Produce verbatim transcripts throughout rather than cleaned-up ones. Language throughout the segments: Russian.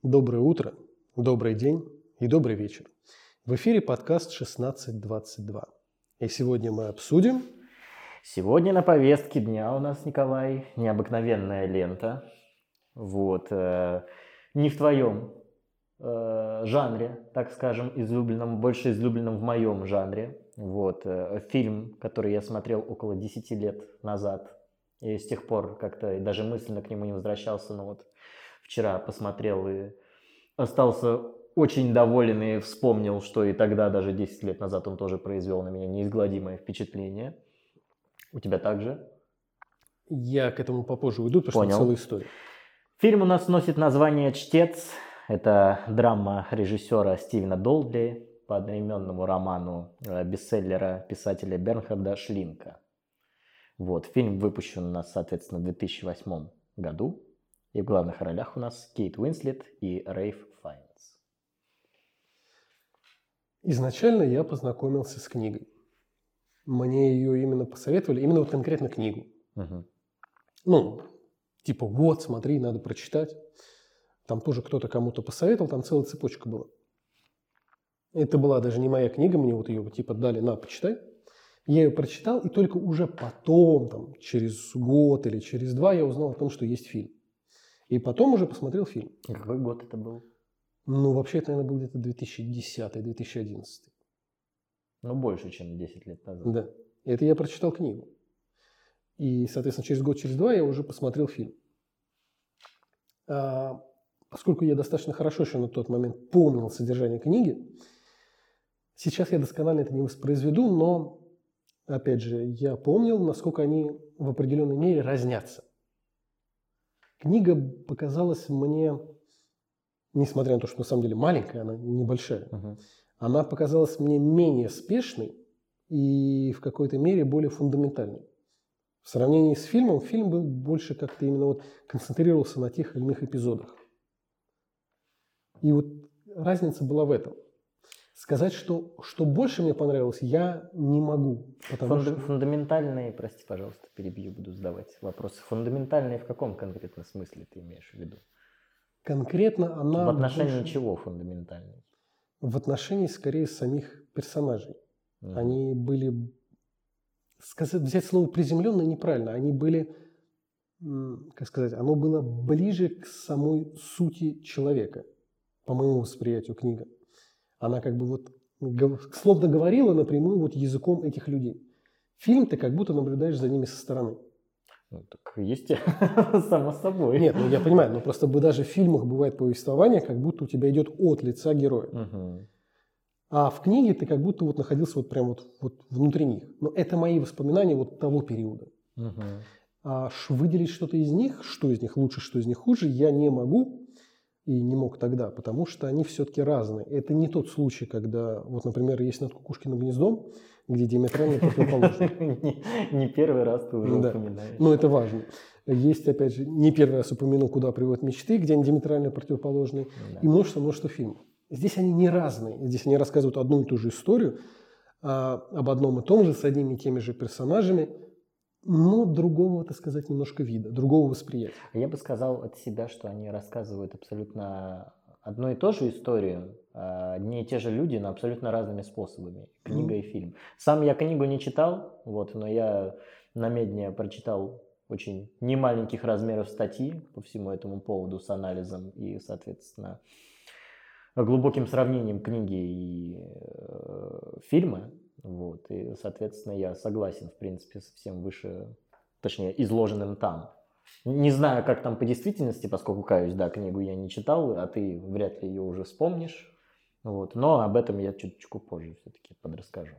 Доброе утро, добрый день и добрый вечер. В эфире подкаст шестнадцать двадцать два. И сегодня мы обсудим... Сегодня на повестке дня у нас, Николай, необыкновенная лента. Вот. Э, не в твоем э, жанре, так скажем, излюбленном, больше излюбленном в моем жанре. Вот. Э, фильм, который я смотрел около десяти лет назад. И с тех пор как-то даже мысленно к нему не возвращался. Но вот вчера посмотрел и остался очень доволен и вспомнил, что и тогда, даже десять лет назад, он тоже произвел на меня неизгладимое впечатление. У тебя также? Я к этому попозже уйду, потому Понял. что целая история. Фильм у нас носит название «Чтец». Это драма режиссера Стивена Долдли по одноименному роману бестселлера писателя Бернхарда Шлинка. Вот. Фильм выпущен у нас, соответственно, в две тысячи восьмом году. И в главных ролях у нас Кейт Уинслет и Рэйф Файнс. Изначально я познакомился с книгой. Мне ее именно посоветовали, именно вот конкретно книгу. Угу. Ну, типа, вот, смотри, надо прочитать. Там тоже кто-то кому-то посоветовал, там целая цепочка была. Это была даже не моя книга, мне вот ее типа дали, на, почитай. Я ее прочитал, и только уже потом, там, через год или через два, я узнал о том, что есть фильм. И потом уже посмотрел фильм. Какой год это был? Ну, вообще, это, наверное, был где-то две тысячи десятый - две тысячи одиннадцатый. Ну, больше, чем десять лет назад. Да. Это я прочитал книгу. И, соответственно, через год, через два я уже посмотрел фильм. А, поскольку я достаточно хорошо еще на тот момент помнил содержание книги, сейчас я досконально это не воспроизведу, но, опять же, я помнил, насколько они в определенной мере разнятся. Книга показалась мне, несмотря на то, что на самом деле маленькая, она небольшая, Угу. она показалась мне менее спешной и в какой-то мере более фундаментальной. В сравнении с фильмом, фильм был больше как-то именно вот концентрировался на тех или иных эпизодах. И вот разница была в этом. Сказать, что, что больше мне понравилось, я не могу. Потому Фунда- что... Фундаментальные, прости, пожалуйста, перебью, буду задавать вопросы. Фундаментальные в каком конкретно смысле ты имеешь в виду? Конкретно она... В отношении больше... чего фундаментальные? В отношении, скорее, самих персонажей. Угу. Они были... Сказать, взять слово «приземленно» неправильно. Они были, как сказать, оно было ближе к самой сути человека, по моему восприятию книга. Она как бы вот словно говорила напрямую вот языком этих людей. Фильм ты как будто наблюдаешь за ними со стороны. Ну, так естественно, само собой. Нет, ну я понимаю, но просто бы даже в фильмах бывает повествование, как будто у тебя идет от лица героя. Угу. А в книге ты как будто вот находился вот прям вот, вот внутри них. Но это мои воспоминания вот того периода. Угу. А выделить что-то из них, что из них лучше, что из них хуже, я не могу и не мог тогда, потому что они все-таки разные. Это не тот случай, когда, вот, например, есть «Над Кукушкиным гнездом», где диаметрально противоположные. Не первый раз ты уже упоминаешь. Ну, это важно. Есть, опять же, не первый раз упомяну «Куда приводят мечты», где они диаметрально противоположные, и множество-множество фильмов. Здесь они не разные. Здесь они рассказывают одну и ту же историю, а, об одном и том же, с одними и теми же персонажами, но другого, так сказать, немножко вида, другого восприятия. Я бы сказал от себя, что они рассказывают абсолютно одну и ту же историю, одни и те же люди, но абсолютно разными способами. Книга mm-hmm. и фильм. Сам я книгу не читал, вот, но я на Медне прочитал очень немаленьких размеров статьи по всему этому поводу с анализом и, соответственно, глубоким сравнением книги и э, фильма. Вот, и, соответственно, я согласен, в принципе, со всем выше, точнее, изложенным там. Не знаю, как там по действительности, поскольку, каюсь, да, книгу я не читал, а ты вряд ли ее уже вспомнишь. Вот, но об этом я чуточку позже все-таки подрасскажу.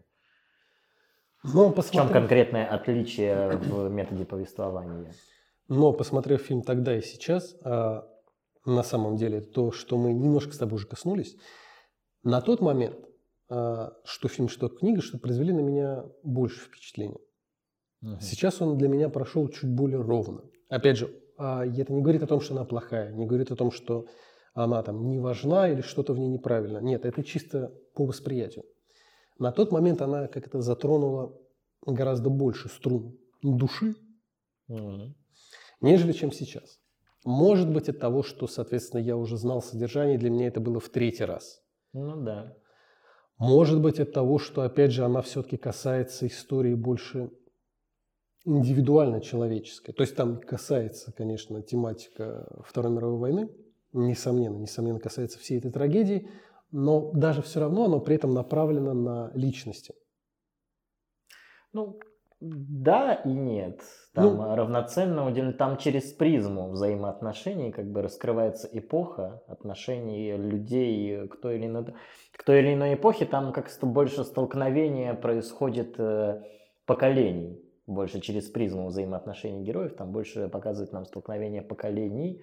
Но, посмотрев... В чем конкретное отличие в методе повествования? Но, посмотрев фильм тогда и сейчас, а на самом деле то, что мы немножко с тобой уже коснулись, на тот момент, что фильм, что книга, что произвели на меня больше впечатления. Угу. Сейчас он для меня прошел чуть более ровно. Опять же, это не говорит о том, что она плохая, не говорит о том, что она там не важна или что-то в ней неправильно. Нет, это чисто по восприятию. На тот момент она как-то затронула гораздо больше струн души, угу. нежели чем сейчас. Может быть, от того, что, соответственно, я уже знал содержание, для меня это было в третий раз. Ну да. Может быть, от того, что, опять же, она все-таки касается истории больше индивидуально человеческой. То есть там касается, конечно, тематика Второй мировой войны, несомненно, несомненно касается всей этой трагедии, но даже все равно оно при этом направлено на личности. Ну, да и нет. Там ну, равноценно уделено, там через призму взаимоотношений как бы раскрывается эпоха отношений людей к той или иной, к той или иной эпохе. Там как-то больше столкновения происходит э, поколений, больше через призму взаимоотношений героев. Там больше показывает нам столкновение поколений,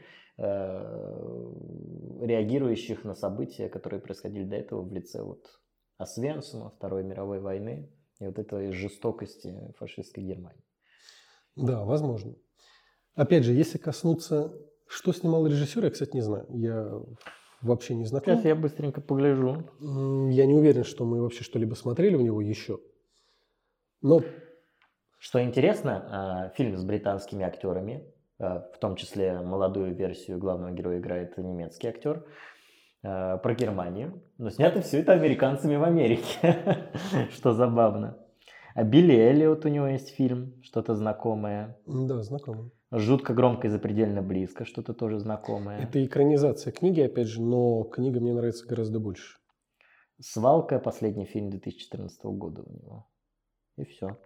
э, реагирующих на события, которые происходили до этого в лице вот Освенцима, Второй мировой войны. И вот этой жестокости фашистской Германии. Да, возможно. Опять же, если коснуться, что снимал режиссер, я, кстати, не знаю. Я вообще не знаком. Сейчас я быстренько погляжу. Я не уверен, что мы вообще что-либо смотрели у него еще. Но... Что интересно, фильм с британскими актерами, в том числе молодую версию главного героя играет немецкий актер, про Германию, но снято все это американцами в Америке, что забавно. А Билли Эллиот у него есть фильм, что-то знакомое. Да, знакомое. Жутко громко и запредельно близко, что-то тоже знакомое. Это экранизация книги, опять же, но книга мне нравится гораздо больше. «Свалка» — последний фильм две тысячи четырнадцатого года у него. И все.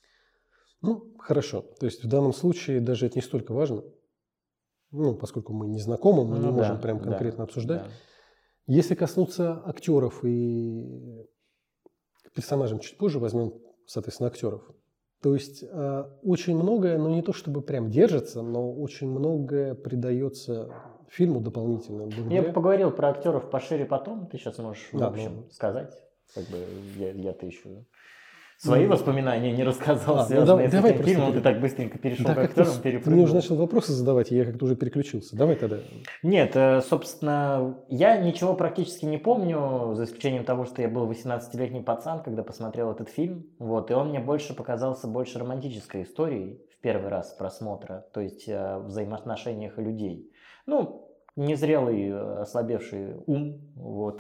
Ну, хорошо. То есть в данном случае даже это не столько важно. Ну, поскольку мы не знакомы, мы ну, не да, можем прям конкретно да, обсуждать. Да. Если коснуться актеров и персонажам чуть позже возьмем, соответственно, актеров. То есть э, очень многое, ну не то чтобы прям держится, но очень многое придается фильму дополнительно. Благодаря... Я поговорил про актеров пошире потом, ты сейчас можешь да, в общем ну... сказать. Как бы я, я-то еще свои ну, воспоминания не рассказал, а, связанные ну, с давай этим фильмом, пере... ты так быстренько перешел да, к актерам, ты, перепрыгнул. Ты мне уже начал вопросы задавать, и я как-то уже переключился. Давай тогда. Нет, собственно, я ничего практически не помню, за исключением того, что я был восемнадцатилетний пацан, когда посмотрел этот фильм. Вот, и он мне больше показался больше романтической историей в первый раз просмотра, то есть о взаимоотношениях людей. Ну, незрелый, ослабевший ум, вот,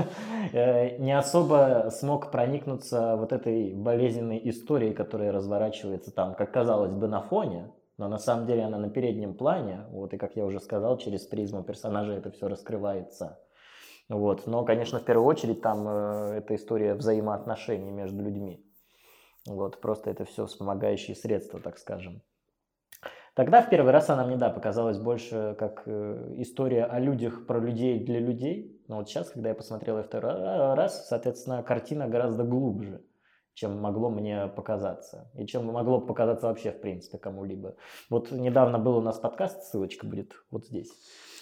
не особо смог проникнуться вот этой болезненной историей, которая разворачивается там, как казалось бы, на фоне, но на самом деле она на переднем плане, вот, и как я уже сказал, через призму персонажа это все раскрывается. Вот, но, конечно, в первую очередь там э, это история взаимоотношений между людьми. Вот, просто это все вспомогающие средства, так скажем. Тогда в первый раз она мне, да, показалась больше как э, история о людях, про людей для людей. Но вот сейчас, когда я посмотрел ее второй раз, соответственно, картина гораздо глубже, чем могло мне показаться. И чем могло показаться вообще, в принципе, кому-либо. Вот недавно был у нас подкаст, ссылочка будет вот здесь.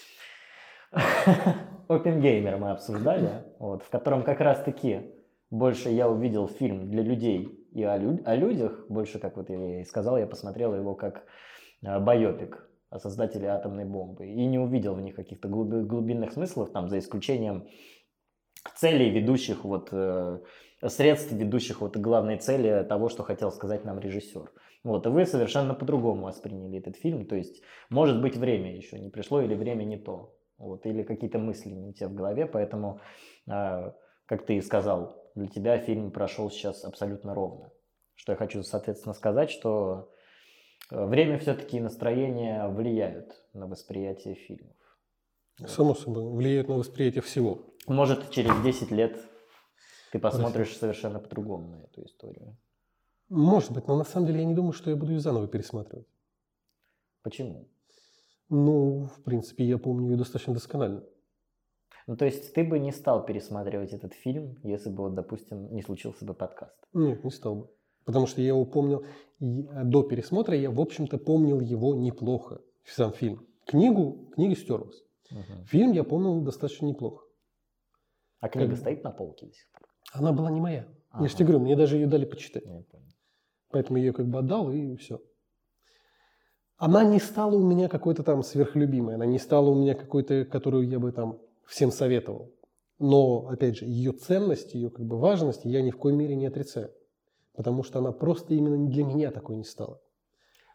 Опенгеймер мы обсуждали, вот, в котором как раз-таки больше я увидел фильм для людей и о, лю- о людях. Больше, как вот я и сказал, я посмотрел его как... байопик о создателе атомной бомбы и не увидел в них каких-то глубинных смыслов, там, за исключением целей, ведущих вот, э, средств, ведущих вот главной цели того, что хотел сказать нам режиссер. Вот, и вы совершенно по-другому восприняли этот фильм, то есть, может быть, время еще не пришло или время не то, вот, или какие-то мысли не те в голове, поэтому, э, как ты и сказал, для тебя фильм прошел сейчас абсолютно ровно. Что я хочу, соответственно, сказать, что время все-таки и настроение влияют на восприятие фильмов. Само собой, влияют на восприятие всего. Может, через десять лет ты посмотришь Хорошо. Совершенно по-другому на эту историю. Может быть, но на самом деле я не думаю, что я буду ее заново пересматривать. Почему? Ну, в принципе, я помню ее достаточно досконально. Ну, то есть ты бы не стал пересматривать этот фильм, если бы, вот, допустим, не случился бы подкаст? Нет, не стал бы. Потому что я его помнил, до пересмотра я, в общем-то, помнил его неплохо, сам фильм. Книгу, книга стерлась. Угу. Фильм я помнил достаточно неплохо. А книга как... стоит на полке до сих пор? Она была не моя. Ага. Я же тебе говорю, мне даже ее дали почитать. Я понял. Поэтому я ее как бы отдал, и все. Она не стала у меня какой-то там сверхлюбимой. Она не стала у меня какой-то, которую я бы там всем советовал. Но, опять же, ее ценность, ее как бы важность я ни в коей мере не отрицаю. Потому что она просто именно для меня такой не стала.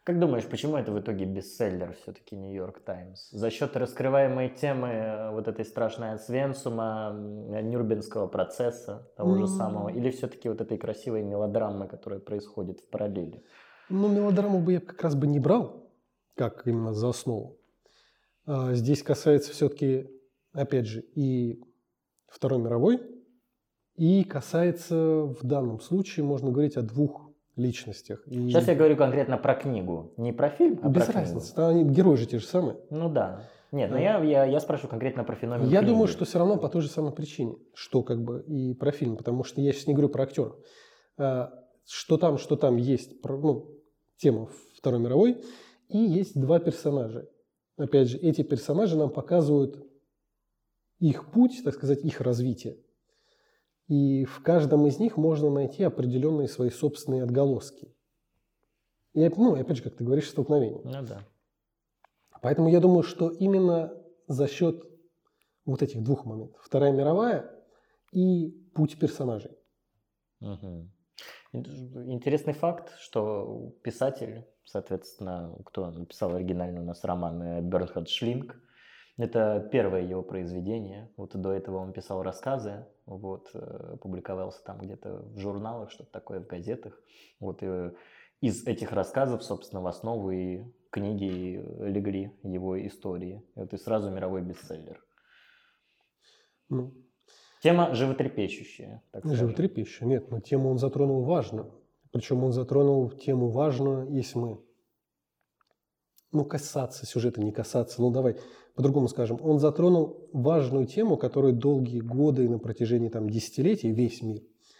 Как думаешь, почему это в итоге бестселлер все-таки Нью-Йорк Таймс? За счет раскрываемой темы вот этой страшной Освенцима, Нюрнбергского процесса, того же самого, или все-таки вот этой красивой мелодрамы, которая происходит в параллели? Ну, мелодраму бы я как раз бы не брал, как именно за основу. А здесь касается все-таки, опять же, и Второй мировой, и касается в данном случае, можно говорить, о двух личностях. И Сейчас я говорю конкретно про книгу, не про фильм, а без про разницы, книгу. они, герои же те же самые. Ну да. Нет, но А. я, я, я спрашиваю конкретно про феномен Я книги. думаю, что все равно по той же самой причине, что как бы и про фильм, потому что я сейчас не говорю про актеров. А, что там, что там есть, ну, тема Второй мировой, и есть два персонажа. Опять же, эти персонажи нам показывают их путь, так сказать, их развитие. И в каждом из них можно найти определенные свои собственные отголоски. И, ну, опять же, как ты говоришь, столкновение. Ну да. Поэтому я думаю, что именно за счет вот этих двух моментов, Вторая мировая и путь персонажей. Угу. Интересный факт, что писатель, соответственно, кто написал оригинальный у нас роман, Бернхард Шлинг, это первое его произведение. Вот до этого он писал рассказы, вот, публиковался там где-то в журналах, что-то такое, в газетах. Вот, и из этих рассказов, собственно, в основу и книги легли его истории. И вот и сразу мировой бестселлер. Ну, Тема животрепещущая. Так животрепещущая, нет, но тему он затронул важную. Причем он затронул тему важную, если мы, ну, касаться сюжета, не касаться, ну, давай по-другому скажем. Он затронул важную тему, которую долгие годы и на протяжении там десятилетий весь мир,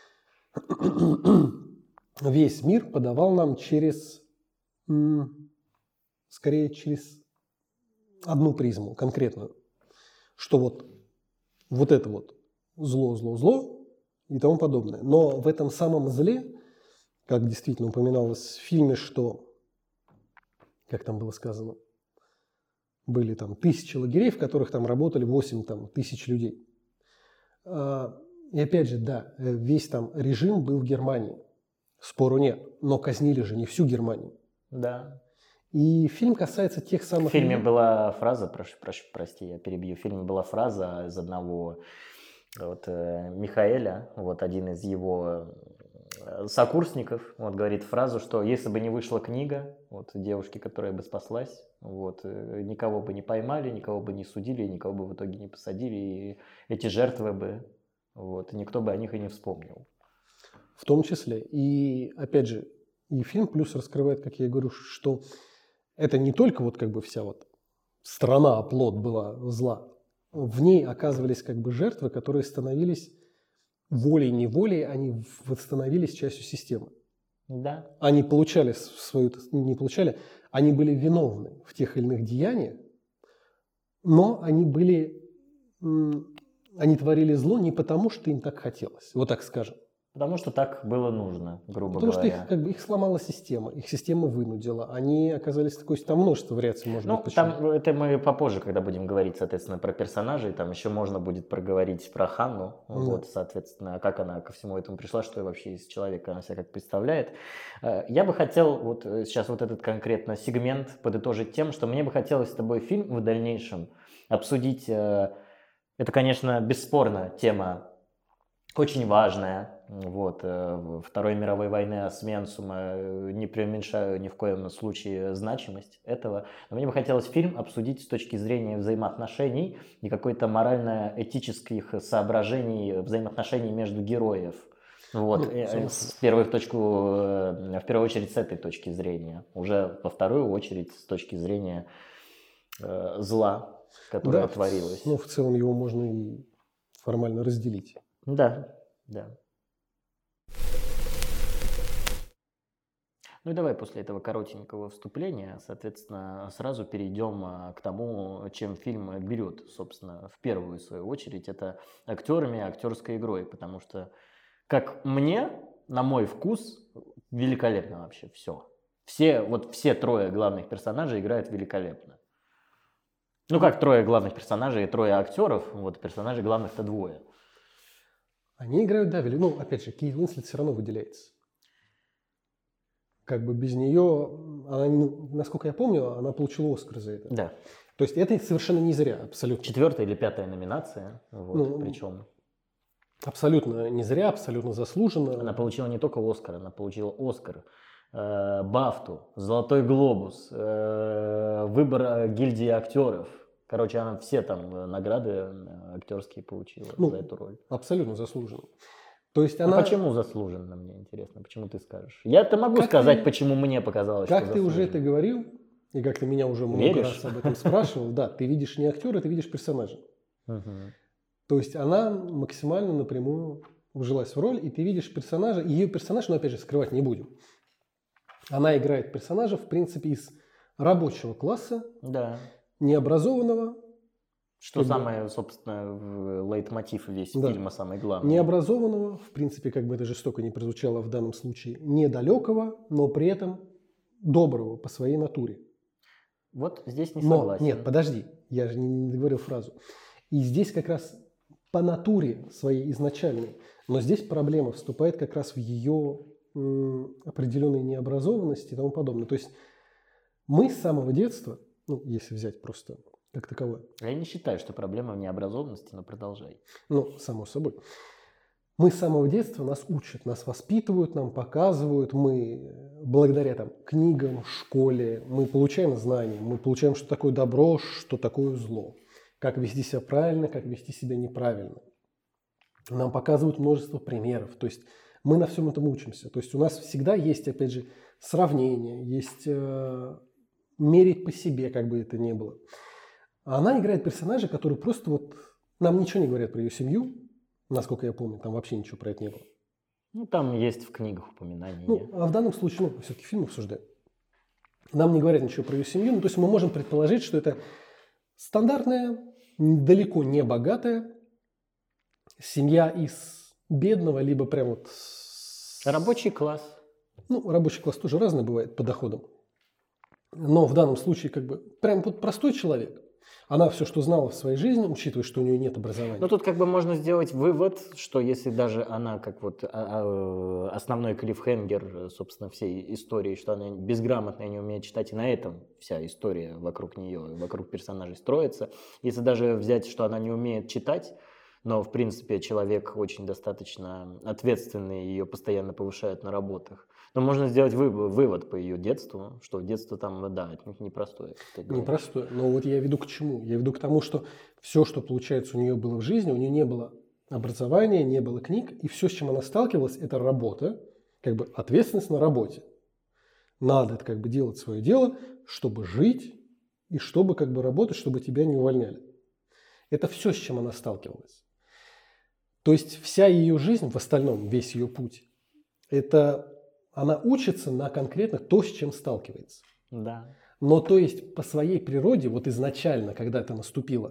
весь мир подавал нам через, скорее, через одну призму конкретную, что вот, вот это вот зло, зло, зло и тому подобное. Но в этом самом зле, как действительно упоминалось в фильме, что, как там было сказано, были там тысячи лагерей, в которых там работали восемь там, тысяч людей. И опять же, да, весь там режим был в Германии, спору нет, но казнили же не всю Германию. Да. И фильм касается тех самых... В фильме была фраза, прошу, прошу, прости, я перебью, в фильме была фраза из одного вот, Михаэля, вот один из его сокурсников, вот, говорит фразу, что если бы не вышла книга, вот, девушки, которая бы спаслась, вот, никого бы не поймали, никого бы не судили, никого бы в итоге не посадили, и эти жертвы бы, вот, никто бы о них и не вспомнил. В том числе. И, опять же, и фильм плюс раскрывает, как я говорю, что это не только вот как бы вся вот страна, оплот была зла. В ней оказывались как бы жертвы, которые становились волей-неволей, они становились частью системы. Да. Они получали свою, не получали, они были виновны в тех или иных деяниях, но они были, они творили зло не потому, что им так хотелось, вот так скажем. Потому что так было нужно, грубо Потому говоря. что их, как бы, их сломала система, их система вынудила. Они оказались такой, там множество вариаций может ну, быть. Почему. Там, это мы попозже, когда будем говорить, соответственно, про персонажей, там еще можно будет проговорить про Ханну, да. Вот, соответственно, как она ко всему этому пришла, что вообще из человека она себя как представляет. Я бы хотел вот сейчас вот этот конкретно сегмент подытожить тем, что мне бы хотелось с тобой фильм в дальнейшем обсудить. Это, конечно, бесспорно тема очень важная. Вот, Второй мировой войны, Освенцима, не преуменьшаю ни в коем случае значимость этого. Но мне бы хотелось фильм обсудить с точки зрения взаимоотношений и какой-то морально-этических соображений взаимоотношений между героев. Вот, ну, в, первую точку, в первую очередь с этой точки зрения. Уже во вторую очередь с точки зрения э, зла, которое да, творилось. Ну, в целом его можно и формально разделить. Да, да. Ну и давай после этого коротенького вступления, соответственно, сразу перейдем к тому, чем фильм берет, собственно, в первую свою очередь. Это актерами, актерской игрой, потому что, как мне, на мой вкус, великолепно вообще все. Все, вот все трое главных персонажей играют великолепно. Ну как трое главных персонажей и трое актеров, вот персонажей главных-то двое. Они играют, да, ну, опять же, Кейт Уинслет все равно выделяется. как бы без нее, она, ну, насколько я помню, она получила Оскар за это. Да. То есть это совершенно не зря, абсолютно. Четвертая или пятая номинация, вот, Ну, причем. Абсолютно не зря, абсолютно заслуженно. Она получила не только Оскар, она получила Оскар, э, Бафту, Золотой глобус, э, выбор гильдии актеров. Короче, она все там награды актерские получила Ну, за эту роль. Абсолютно заслуженно. То есть А она... почему заслуженно, мне интересно, почему ты скажешь? Я-то могу как сказать, ты... почему мне показалось, как что ты заслуженно. уже это говорил, и как ты меня уже много Веришь? раз об этом спрашивал, да, ты видишь не актера, ты видишь персонажа. Угу. То есть она максимально напрямую вжилась в роль, и ты видишь персонажа, и ее персонаж, но опять же скрывать не будем. Она играет персонажа, в принципе, из рабочего класса, Да. необразованного. Что как бы, самое, собственно, лейтмотив весь да, фильма, самое главное. необразованного, в принципе, как бы это жестоко не прозвучало в данном случае, недалекого, но при этом доброго по своей натуре. Вот здесь не Но, согласен. нет, подожди, я же не, не договорил фразу. И здесь как раз по натуре своей изначальной, но здесь проблема вступает как раз в ее м, определенной необразованности и тому подобное. То есть мы с самого детства, ну, если взять просто как таковое. Я не считаю, что проблема в необразованности, но продолжай. Ну, само собой. Мы с самого детства нас учат, нас воспитывают, нам показывают. Мы благодаря там, книгам, школе, мы получаем знания, мы получаем, что такое добро, что такое зло. Как вести себя правильно, как вести себя неправильно. Нам показывают множество примеров. То есть мы на всем этом учимся. То есть у нас всегда есть, опять же, сравнение, есть э, мерить по себе, как бы это ни было. А она играет персонажа, который просто вот... Нам ничего не говорят про ее семью, насколько я помню, там вообще ничего про это не было. Ну, там есть в книгах упоминания. Ну, а в данном случае, ну, все-таки фильм обсуждаем. Нам не говорят ничего про ее семью, ну, то есть мы можем предположить, что это стандартная, далеко не богатая семья из бедного, либо прям вот... Рабочий класс. Ну, рабочий класс тоже разный бывает по доходам. Но в данном случае как бы прям вот простой человек. Она все, что знала в своей жизни, учитывая, что у нее нет образования. Ну, тут как бы можно сделать вывод, что если даже она, как вот а, а, основной клиффхенгер, собственно, всей истории, что она безграмотная, не умеет читать, и на этом вся история вокруг нее, вокруг персонажей строится. Если даже взять, что она не умеет читать, но, в принципе, человек очень достаточно ответственный, ее постоянно повышают на работах. Но можно сделать вывод, вывод по ее детству, что детство там, да, отнюдь непростое. Непростое. Но вот я веду к чему? Я веду к тому, что все, что, получается, у нее было в жизни, у нее не было образования, не было книг, и все, с чем она сталкивалась, это работа, как бы ответственность на работе. Надо как бы делать свое дело, чтобы жить и чтобы как бы работать, чтобы тебя не увольняли. Это все, с чем она сталкивалась. То есть вся ее жизнь, в остальном весь ее путь, это она учится на конкретно то, с чем сталкивается. Да. Но то есть по своей природе, вот изначально, когда это наступило,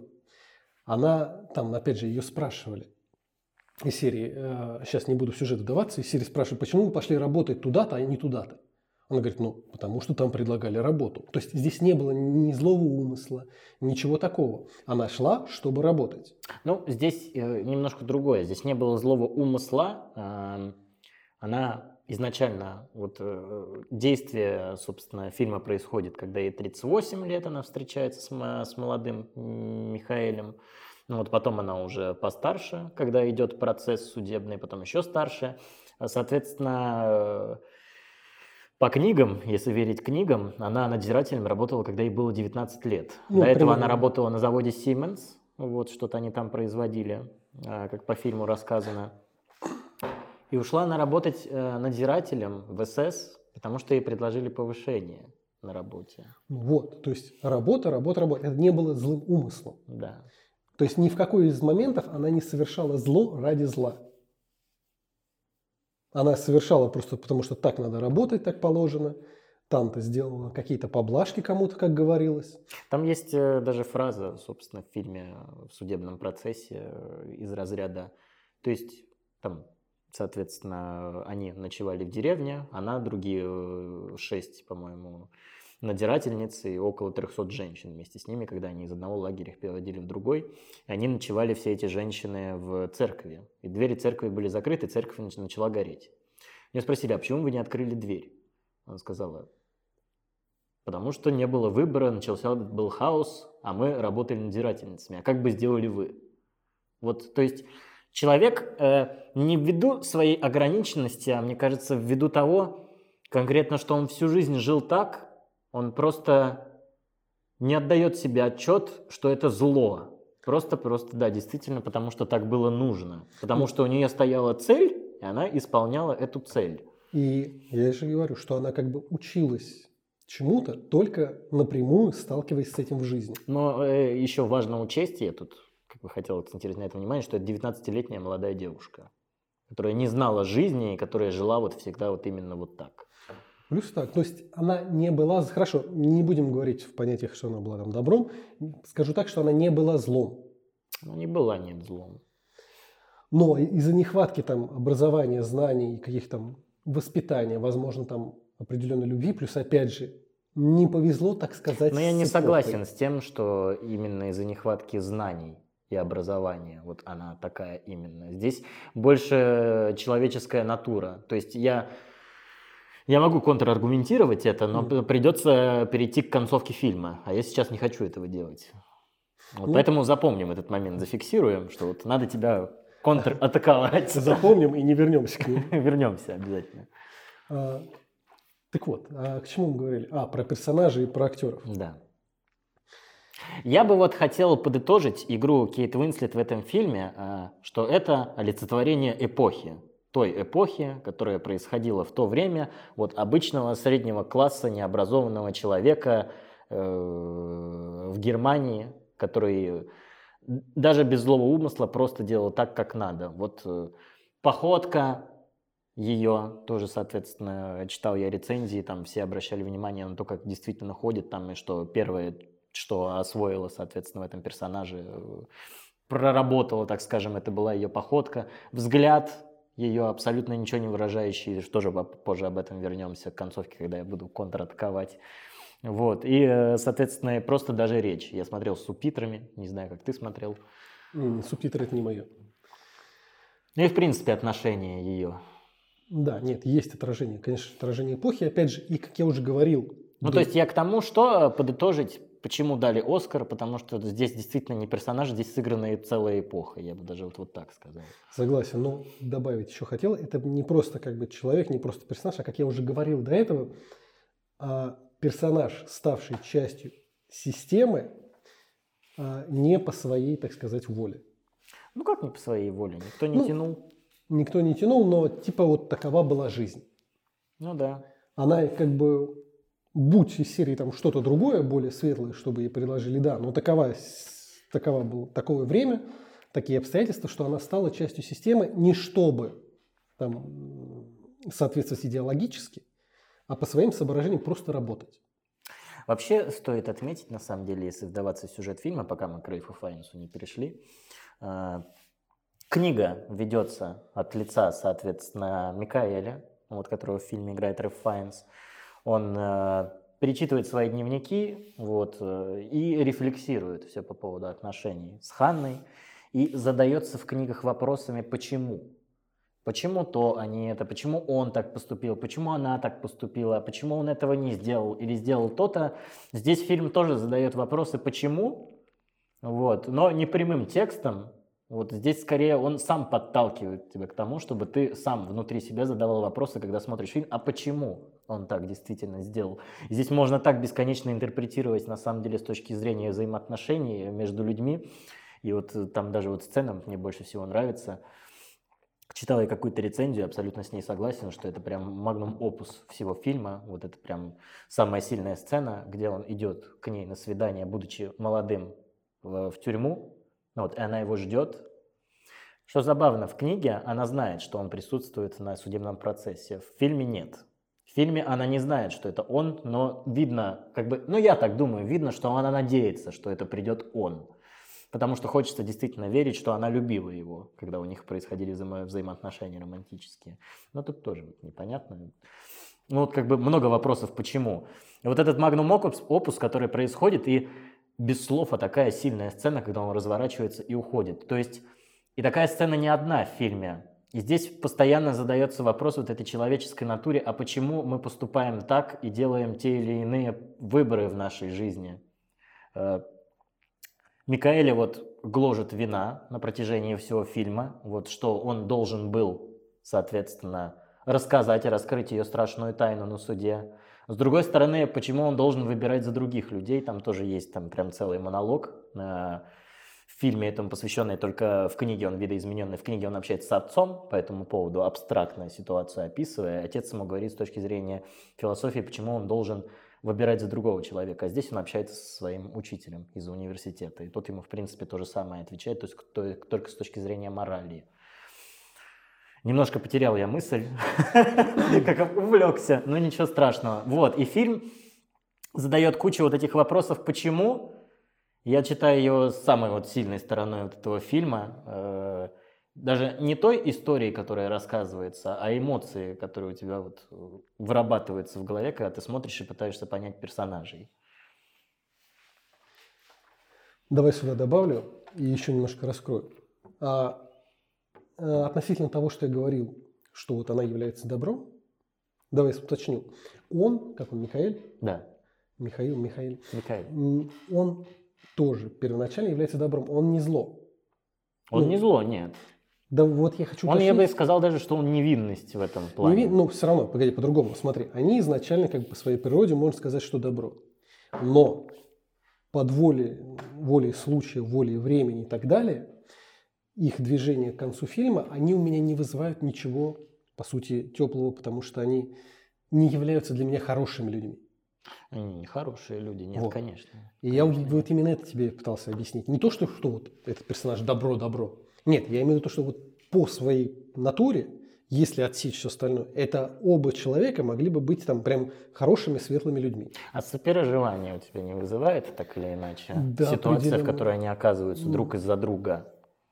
она, там опять же ее спрашивали из серии, э, сейчас не буду в сюжет вдаваться, из серии спрашивают, почему вы пошли работать туда-то, а не туда-то? Она говорит, ну, потому что там предлагали работу. То есть здесь не было ни злого умысла, ничего такого. Она шла, чтобы работать. Ну, здесь э, немножко другое. Здесь не было злого умысла. Э, она изначально, вот э, действие, собственно, фильма происходит, когда ей тридцать восемь лет, она встречается с, с молодым Михаэлем. Ну, вот потом она уже постарше, когда идет процесс судебный, потом еще старше. Соответственно, по книгам, если верить книгам, она надзирателем работала, когда ей было девятнадцать лет. Ну, До этого примерно. она работала на заводе Siemens, вот что-то они там производили, как по фильму рассказано. И ушла она работать надзирателем в эс эс, потому что ей предложили повышение на работе. Вот, то есть работа, работа, работа. Это не было злым умыслом. Да. То есть ни в какой из моментов она не совершала зло ради зла. Она совершала просто потому, что так надо работать, так положено. Там-то сделала какие-то поблажки кому-то, как говорилось. Там есть даже фраза, собственно, в фильме, в судебном процессе из разряда. То есть, там, соответственно, они ночевали в деревне, она, другие шесть, по-моему, надзирательниц и около трехсот женщин вместе с ними, когда они из одного лагеря их переводили в другой. И они ночевали, все эти женщины, в церкви. И двери церкви были закрыты, церковь начала гореть. Меня спросили, а почему вы не открыли дверь? Она сказала, потому что не было выбора, начался был хаос, а мы работали надзирательницами. А как бы сделали вы? Вот, то есть человек э, не ввиду своей ограниченности, а мне кажется, ввиду того, конкретно, что он всю жизнь жил так, он просто не отдает себе отчет, что это зло. Просто-просто, да, действительно, потому что так было нужно. Потому что у нее стояла цель, и она исполняла эту цель. И я же говорю, что она как бы училась чему-то, только напрямую сталкиваясь с этим в жизни. Но э, еще важно учесть, я тут как бы хотел акцентировать на это внимание, что это девятнадцатилетняя молодая девушка, которая не знала жизни и которая жила вот всегда вот именно вот так. Плюс так, то есть она не была, хорошо, не будем говорить в понятиях, что она была там добром, скажу так, что она не была злом. Ну, не была, нет, злом. Но из-за нехватки там образования, знаний, каких-то там воспитания, возможно, там определенной любви, плюс опять же, не повезло, так сказать. Но я не с согласен эпохой. с тем, что именно из-за нехватки знаний и образования вот она такая именно. Здесь больше человеческая натура. То есть я... Я могу контраргументировать это, но mm. придется перейти к концовке фильма, а я сейчас не хочу этого делать. Вот, ну, поэтому запомним этот момент, зафиксируем, что вот надо тебя контратаковать. Запомним и не вернемся к нему. Вернемся обязательно. А, так вот, а к чему мы говорили? А, про персонажей и про актеров. Да. Я бы вот хотел подытожить игру Кейт Уинслет в этом фильме, что это олицетворение эпохи. Той эпохи, которая происходила в то время, вот обычного среднего класса необразованного человека э, в Германии, который даже без злого умысла просто делал так, как надо. Вот э, походка ее тоже, соответственно, читал я рецензии, там все обращали внимание на то, как действительно ходит, там, и что первое, что освоила, соответственно, в этом персонаже, проработала, так скажем, это была ее походка, взгляд ее абсолютно ничего не выражающий, тоже позже об этом вернемся к концовке, когда я буду контратаковать. Вот. И, соответственно, просто даже речь. Я смотрел с субтитрами, не знаю, как ты смотрел. Mm, субтитры – это не мое. Ну и, в принципе, отношение ее. Да, нет, есть отражение, конечно, отражение эпохи. Опять же, и, как я уже говорил... Ну, до... то есть я к тому, что подытожить, почему дали Оскар, потому что здесь действительно не персонаж, здесь сыграна целая эпоха, я бы даже вот, вот так сказал. Согласен, но добавить еще хотел, это не просто как бы человек, не просто персонаж, а, как я уже говорил до этого, а персонаж, ставший частью системы, а не по своей, так сказать, воле. Ну, как не по своей воле? Никто не ну, тянул? Никто не тянул, но типа вот такова была жизнь. Ну да. Она как бы... Будь из серии там что-то другое, более светлое, чтобы ей предложили, да, но такова, такова было такое время, такие обстоятельства, что она стала частью системы не чтобы там, соответствовать идеологически, а по своим соображениям просто работать. Вообще стоит отметить, на самом деле, если вдаваться в сюжет фильма, пока мы к Рейфу Файнсу не перешли, книга ведется от лица, соответственно, Микаэля, вот, которого в фильме играет Рейф Файнс. Он э, перечитывает свои дневники вот, э, и рефлексирует все по поводу отношений с Ханной и задается в книгах вопросами «почему?». Почему то, а не это? Почему он так поступил? Почему она так поступила? Почему он этого не сделал или сделал то-то? Здесь фильм тоже задает вопросы «почему?», вот, но не прямым текстом. Вот здесь скорее он сам подталкивает тебя к тому, чтобы ты сам внутри себя задавал вопросы, когда смотришь фильм, а почему он так действительно сделал. И здесь можно так бесконечно интерпретировать, на самом деле, с точки зрения взаимоотношений между людьми. И вот там даже вот сцена мне больше всего нравится. Читал я какую-то рецензию, абсолютно с ней согласен, что это прям магнум опус всего фильма. Вот это прям самая сильная сцена, где он идет к ней на свидание, будучи молодым, в, в тюрьму. Вот, и она его ждет. Что забавно, в книге она знает, что он присутствует на судебном процессе. В фильме нет. В фильме она не знает, что это он, но видно, как бы, ну я так думаю, видно, что она надеется, что это придет он. Потому что хочется действительно верить, что она любила его, когда у них происходили взаимо- взаимоотношения романтические. Но тут тоже непонятно. Ну вот как бы много вопросов, почему. И вот этот магнум опус, который происходит, и без слов, а такая сильная сцена, когда он разворачивается и уходит. То есть, и такая сцена не одна в фильме. И здесь постоянно задается вопрос вот этой человеческой натуре, а почему мы поступаем так и делаем те или иные выборы в нашей жизни. Микаэля вот гложет вина на протяжении всего фильма, вот что он должен был, соответственно, рассказать и раскрыть ее страшную тайну на суде. С другой стороны, почему он должен выбирать за других людей, там тоже есть там прям целый монолог. В фильме этому посвященный, только в книге он видоизмененный. В книге он общается с отцом по этому поводу, абстрактную ситуацию описывая. Отец ему говорит с точки зрения философии, почему он должен выбирать за другого человека. А здесь он общается со своим учителем из университета. И тот ему, в принципе, то же самое отвечает, то есть только с точки зрения морали. Немножко потерял я мысль, как увлекся, но ничего страшного. Вот, и фильм задает кучу вот этих вопросов, почему. Я читаю ее самой вот сильной стороной вот этого фильма, даже не той истории, которая рассказывается, а эмоции, которые у тебя вот вырабатываются в голове, когда ты смотришь и пытаешься понять персонажей. Давай сюда добавлю и еще немножко раскрою. А, а, относительно того, что я говорил, что вот она является добром, давай уточню. Он, как он, Микаэль? Да. Михаил, Михаил. Микаэль. Он тоже первоначально является добром. Он не зло. Он ну, не зло, нет. Да вот я хочу Он, уточнить. я бы сказал даже, что он невинность в этом плане. Невин... Ну, все равно, погоди, по-другому. Смотри, они изначально как бы по своей природе, можно сказать, что добро. Но под волей, волей случая, волей времени и так далее, их движение к концу фильма, они у меня не вызывают ничего, по сути, теплого, потому что они не являются для меня хорошими людьми. Они не хорошие люди, нет, вот. Конечно. И конечно. я вот именно это тебе пытался объяснить. Не то, что, что вот этот персонаж добро-добро. Нет, я имею в виду то, что вот по своей натуре, если отсечь все остальное, это оба человека могли бы быть там прям хорошими, светлыми людьми. А сопереживание у тебя не вызывает так или иначе? Да, ситуация, в которой они оказываются друг из-за друга.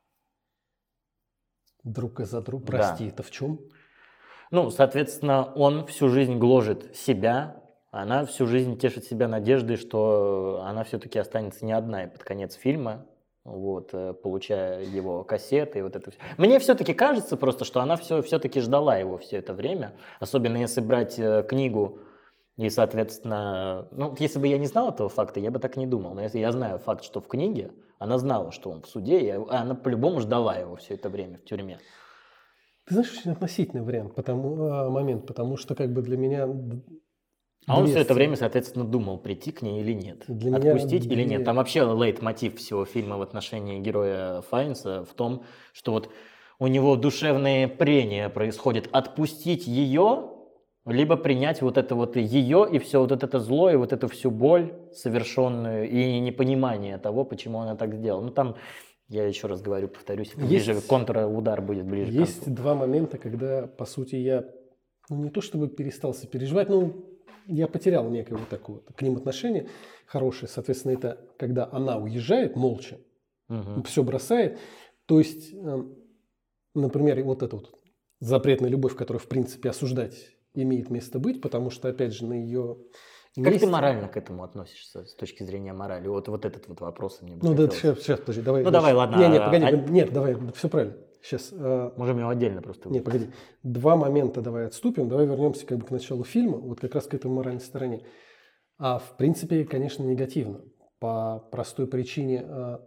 Друг из-за друга? Прости, да. Это в чем? Ну, соответственно, он всю жизнь гложет себя, она всю жизнь тешит себя надеждой, что она все-таки останется не одна. И под конец фильма, вот, получая его кассеты и вот это все. Мне все-таки кажется просто, что она все, все-таки ждала его все это время. Особенно если брать книгу и, соответственно, ну, если бы я не знал этого факта, я бы так не думал. Но если я знаю факт, что в книге, она знала, что он в суде, и она по-любому ждала его все это время в тюрьме. Ты знаешь, очень относительный вариант, потому, момент, потому что как бы для меня... А он все это время, соответственно, думал, прийти к ней или нет, для отпустить меня... или нет. Там вообще лейтмотив всего фильма в отношении героя Файнса в том, что вот у него душевное прение происходит отпустить ее, либо принять вот это вот ее и все вот это зло, и вот эту всю боль совершенную, и непонимание того, почему она так сделала. Ну там, я еще раз говорю, повторюсь, есть, ближе контрудар будет ближе к концу. Есть два момента, когда, по сути, я, ну не то чтобы перестал сопереживать, ну я потерял некое вот такое вот к ним отношение хорошее. Соответственно, это когда она уезжает молча, угу. все бросает. То есть, например, вот эта вот запретная любовь, которую, в принципе, осуждать имеет место быть, потому что, опять же, на ее Как месте... ты морально к этому относишься, с точки зрения морали? Вот, вот этот вот вопрос мне бы Ну, хотелось. да, сейчас, сейчас, подожди, давай. Ну, давай, ладно. Нет, нет, погоди, а... нет, давай, все правильно. Сейчас. Можем его отдельно просто. Нет, погоди. Два момента давай отступим, давай вернемся как бы к началу фильма, вот как раз к этой моральной стороне. А в принципе, конечно, негативно. По простой причине,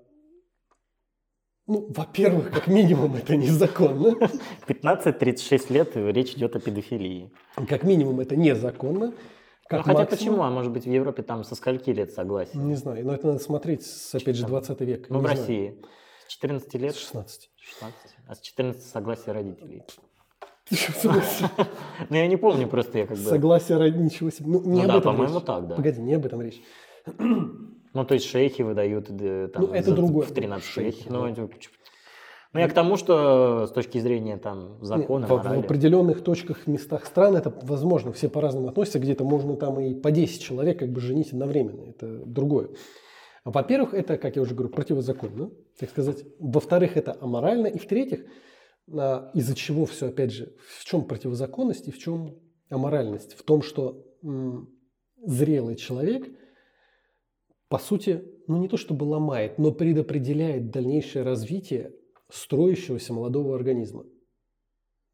ну, во-первых, как минимум, это незаконно. пятнадцать-тридцать шесть лет, и речь идет о педофилии. Как минимум, это незаконно. Как ну, хотя максимум... почему? А может быть, в Европе там со скольки лет согласия? Не знаю, но это надо смотреть, с, опять же, двадцатый век. Ну, не в знаю. России. С четырнадцати лет? С шестнадцати. шестнадцати. А с четырнадцати согласие родителей. Ты что, согласен? Ну, я не помню, просто я как бы... Согласие родителей, ничего себе. Ну, не ну об да, этом по-моему, речь. так, да. Погоди, не об этом речь. Ну, то есть шейхи выдают там, ну, это за, другое. в тринадцатилетних. Ну, ну, ну, я к тому, что с точки зрения там закона, Нет, морали... В определенных точках, местах стран это возможно. Все по-разному относятся. Где-то можно там и по десять человек как бы женить одновременно. Это другое. Во-первых, это, как я уже говорю, противозаконно, так сказать. Во-вторых, это аморально. И в-третьих, из-за чего все, опять же, в чем противозаконность и в чем аморальность? В том, что м- зрелый человек, по сути, ну не то чтобы ломает, но предопределяет дальнейшее развитие строящегося молодого организма.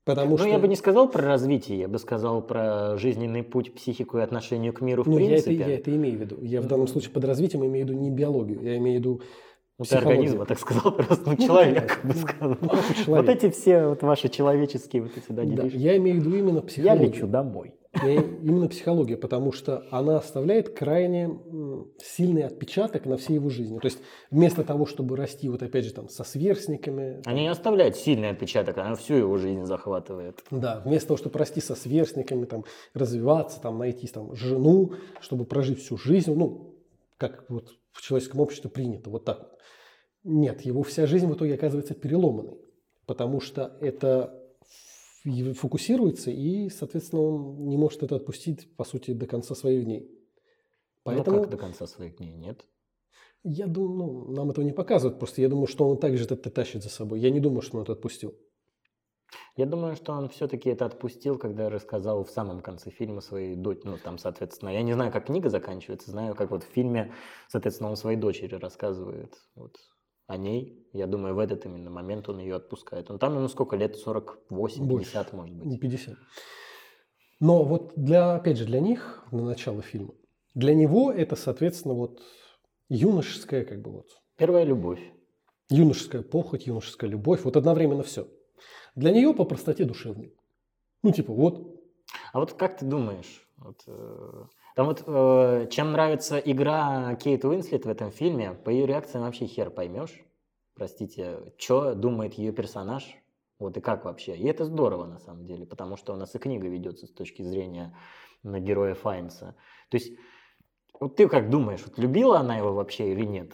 Потому Ну, что... я бы не сказал про развитие, я бы сказал про жизненный путь, психику и отношение к миру в Ну, я это, принципе. я это имею в виду. Я в данном случае под развитием имею в виду не биологию, я имею в виду Ну, ты психологию. организм, я так сказал, просто ну, Ну, человек, ну, бы ну, сказал. ну, просто Вот человек. эти все вот ваши человеческие вот эти да, Да, делишки. я имею в виду именно Я психологию. лечу домой. Я, именно психология, потому что она оставляет крайне м, сильный отпечаток на всей его жизни. То есть вместо того, чтобы расти, вот опять же, там, со сверстниками... Они там, не оставляют сильный отпечаток, она всю его жизнь захватывает. Да, вместо того, чтобы расти со сверстниками, там, развиваться, там, найти там, жену, чтобы прожить всю жизнь, ну, как вот в человеческом обществе принято, вот так вот. Нет, его вся жизнь в итоге оказывается переломанной, потому что это ф- фокусируется, и, соответственно, он не может это отпустить, по сути, до конца своих дней. Поэтому Ну, как до конца своих дней, нет? я думаю, ну, нам этого не показывают, просто я думаю, что он также это тащит за собой. Я не думаю, что он это отпустил. Я думаю, что он все-таки это отпустил, когда рассказал в самом конце фильма своей дочери. Ну, там, соответственно, я не знаю, как книга заканчивается, знаю, как вот в фильме, соответственно, он своей дочери рассказывает вот о ней. Я думаю, в этот именно момент он ее отпускает. Он там ему сколько лет? сорок восемь, пятьдесят, может Не быть. пятьдесят. Но вот для, опять же, для них, на начало фильма, для него это, соответственно, вот юношеская, как бы вот, Первая любовь. юношеская похоть, юношеская любовь, вот одновременно все. Для нее по простоте душевной. Ну, типа, вот. А вот как ты думаешь, вот, э, там вот э, чем нравится игра Кейт Уинслет в этом фильме, по ее реакциям вообще хер поймешь, простите, что думает ее персонаж, вот и как вообще. И это здорово на самом деле, потому что у нас и книга ведется с точки зрения на героя Файнса. То есть, вот ты как думаешь, вот любила она его вообще или нет?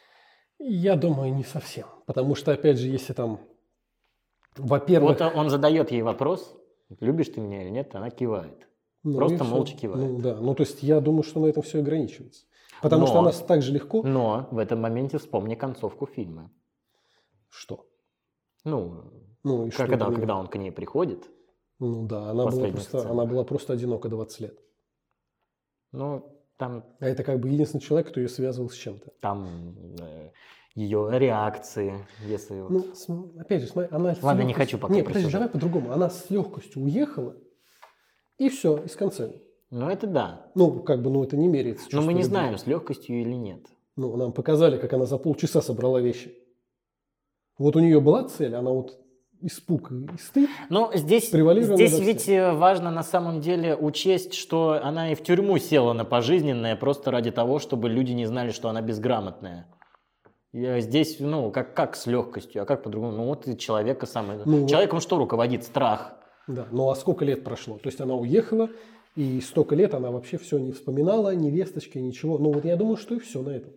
Я думаю, не совсем. Потому что, опять же, если там, во-первых... Вот он задает ей вопрос, любишь ты меня или нет, она кивает. Ну, Просто и всё. молча кивает. Ну, да. Ну, то есть, я думаю, что на этом все ограничивается. Потому Но- что она так же легко... Но в этом моменте вспомни концовку фильма. Что? Ну, Ну, и как- что когда, это когда он к ней приходит, Ну, да, она была, последних просто, сценах. она была просто одинока двадцать лет. ну, там, А это как бы единственный человек, кто ее связывал с чем-то. там э, ее реакции, если... вот- Ну, см- опять же, смотри, она... с Ладно, не легкостью- хочу пока Нет, про подожди, сюжет. давай по-другому. Она с легкостью уехала, и все, и с концами. Ну, это да. Ну, как бы, ну, это не меряется. Но мы чувством не любви. знаем, с легкостью или нет. Ну, нам показали, как она за полчаса собрала вещи. Вот у нее была цель, она вот испуг и стыд. Но здесь, Превалирует здесь над ведь э, важно на самом деле учесть, что она и в тюрьму села на пожизненное просто ради того, чтобы люди не знали, что она безграмотная. И здесь, ну, как, как с легкостью, а как по-другому? Ну, вот и человека самый... Ну, Человеком что руководит? Страх. Да, ну а сколько лет прошло? То есть она уехала, и столько лет она вообще все не вспоминала, ни весточки, ничего. Ну вот я думаю, что и все на этом.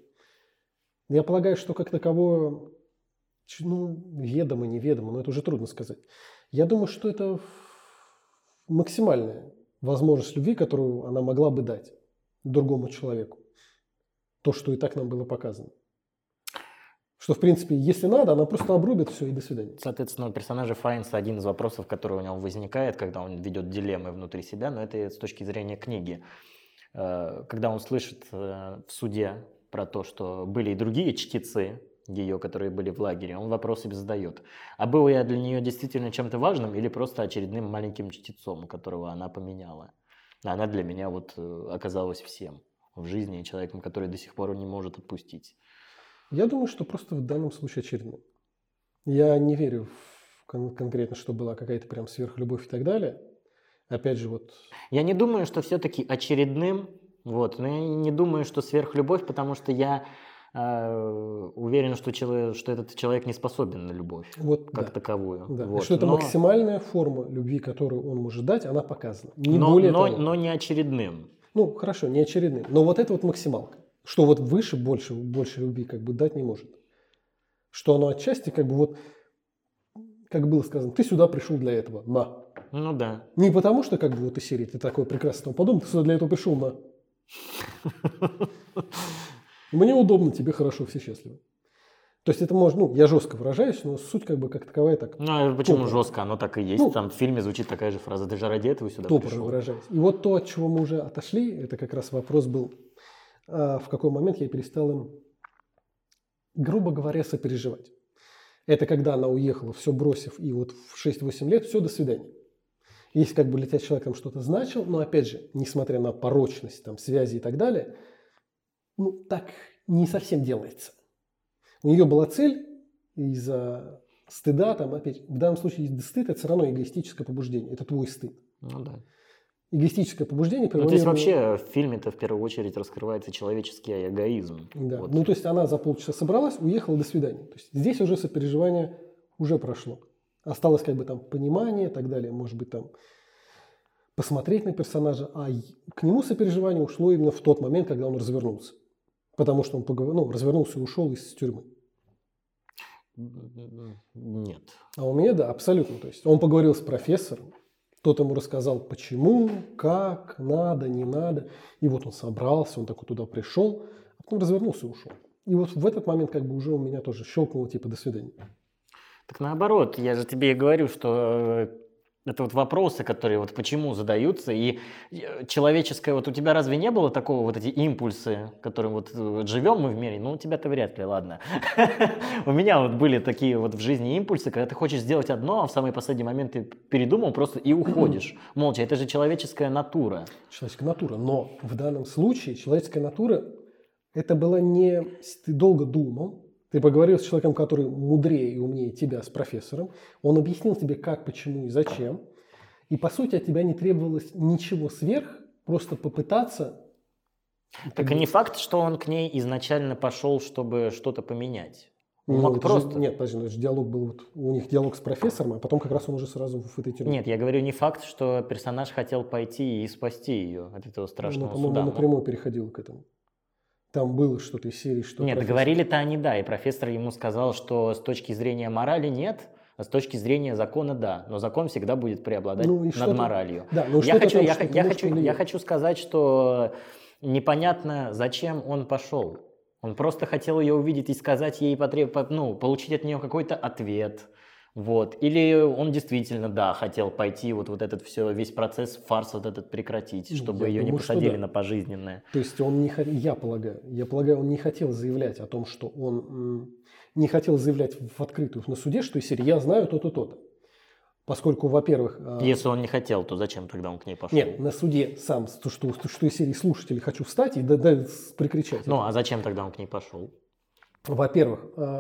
Я полагаю, что как таковое, ч- ну, ведомо, неведомо, но это уже трудно сказать. Я думаю, что это максимальная возможность любви, которую она могла бы дать другому человеку. То, что и так нам было показано. Что, в принципе, если надо, она просто обрубит все и до свидания. Соответственно, у персонажа Файнса один из вопросов, который у него возникает, когда он ведет дилеммы внутри себя, но это с точки зрения книги. Э, Когда он слышит э, в суде про то, что были и другие чтецы ее, которые были в лагере, он вопрос себе задает. А был я для нее действительно чем-то важным или просто очередным маленьким чтецом, которого она поменяла? А она для меня вот э, оказалась всем в жизни, и человеком, который до сих пор не может отпустить. Я думаю, что просто в данном случае очередной. Я не верю в кон- конкретно, что была какая-то прям сверхлюбовь и так далее. Опять же, вот... Я не думаю, что все-таки очередным, вот, но я не думаю, что сверхлюбовь, потому что я э, уверен, что, человек, что этот человек не способен на любовь вот как да, таковую. да. Вот. Что это но, максимальная форма любви, которую он может дать, она показана. Не но, более но, того. но не очередным. Ну, хорошо, не очередным. Но вот это вот максималка. Что вот выше больше, больше любви как бы дать не может. Что оно отчасти как бы вот, как было сказано, ты сюда пришел для этого, на. Ну да. Не потому, что как бы вот из серии ты такой прекрасный тому подобное, ты сюда для этого пришел, на. Мне удобно, тебе хорошо, все счастливы. То есть это можно, ну, я жестко выражаюсь, но суть как бы как таковая так. Ну а почему топор. жестко? Оно так и есть. Ну, Там в фильме звучит такая же фраза. Ты же ради этого сюда Топорно пришел. выражаюсь. И вот то, от чего мы уже отошли, это как раз вопрос был, а, в какой момент я перестал им, грубо говоря, сопереживать. Это когда она уехала, все бросив, и вот в шесть-восемь лет, все, до свидания. Если как бы для тебя человек там что-то значил, но опять же, несмотря на порочность, там, связи и так далее, ну, так не совсем делается. У нее была цель из-за стыда, там, опять, в данном случае стыд – это все равно эгоистическое побуждение, это твой стыд. Ну да. Эгоистическое побуждение. Ну, то есть вообще в фильме-то в первую очередь раскрывается человеческий эгоизм. Да. Вот. Ну, то есть она за полчаса собралась, уехала, до свидания. То есть здесь уже сопереживание уже прошло. Осталось как бы там понимание и так далее, может быть, там посмотреть на персонажа, а к нему сопереживание ушло именно в тот момент, когда он развернулся. Потому что он поговор... ну, развернулся и ушел из тюрьмы. Нет. А у меня, да, абсолютно. То есть он поговорил с профессором, тот ему рассказал, почему, как, надо, не надо. И вот он собрался, он такой туда пришел, а потом развернулся и ушел. И вот в этот момент как бы уже у меня тоже щелкнуло, типа, до свидания. Так наоборот, я же тебе и говорю, что это вот вопросы, которые вот почему задаются, и человеческое, вот у тебя разве не было такого, вот эти импульсы, которым вот, вот живем мы в мире, ну у тебя-то вряд ли, ладно. У меня вот были такие вот в жизни импульсы, когда ты хочешь сделать одно, а в самый последний момент ты передумал просто и уходишь. Молча, это же человеческая натура. Человеческая натура, но в данном случае человеческая натура, это было не ты долго думал, ты поговорил с человеком, который мудрее и умнее тебя, с профессором. Он объяснил тебе, как, почему и зачем. И, по сути, от тебя не требовалось ничего сверх, просто попытаться. Так и не факт, что он к ней изначально пошел, чтобы что-то поменять. Он ну, мог просто... же, нет, подожди, ну, это же диалог был, вот, у них диалог с профессором, а потом как раз он уже сразу в этой тюрьме. Нет, я говорю не факт, что персонаж хотел пойти и спасти ее от этого страшного ну, по-моему, суда. напрямую переходил к этому. Там было что-то из серии, что... Нет, профессор... говорили-то они да, и профессор ему сказал, что с точки зрения морали нет, а с точки зрения закона да, но закон всегда будет преобладать ну, над моралью. Да, ну, я, хочу, там, я, что я, хочу, я хочу сказать, что непонятно, зачем он пошел. Он просто хотел ее увидеть и сказать ей, потреб... ну, получить от нее какой-то ответ. Вот. Или он действительно, да, хотел пойти вот, вот этот все, весь процесс, фарс вот этот прекратить, чтобы я ее думаю, не посадили да. на пожизненное. То есть он не я полагаю, я полагаю, он не хотел заявлять о том, что он не хотел заявлять в открытую на суде, что из серии «я знаю то-то, то-то». Поскольку, во-первых... Если он не хотел, то зачем тогда он к ней пошел? Нет, на суде сам, что, что, что из серии слушателей «хочу встать» и да, да, прикричать. Ну, это. а зачем тогда он к ней пошел? Во-первых,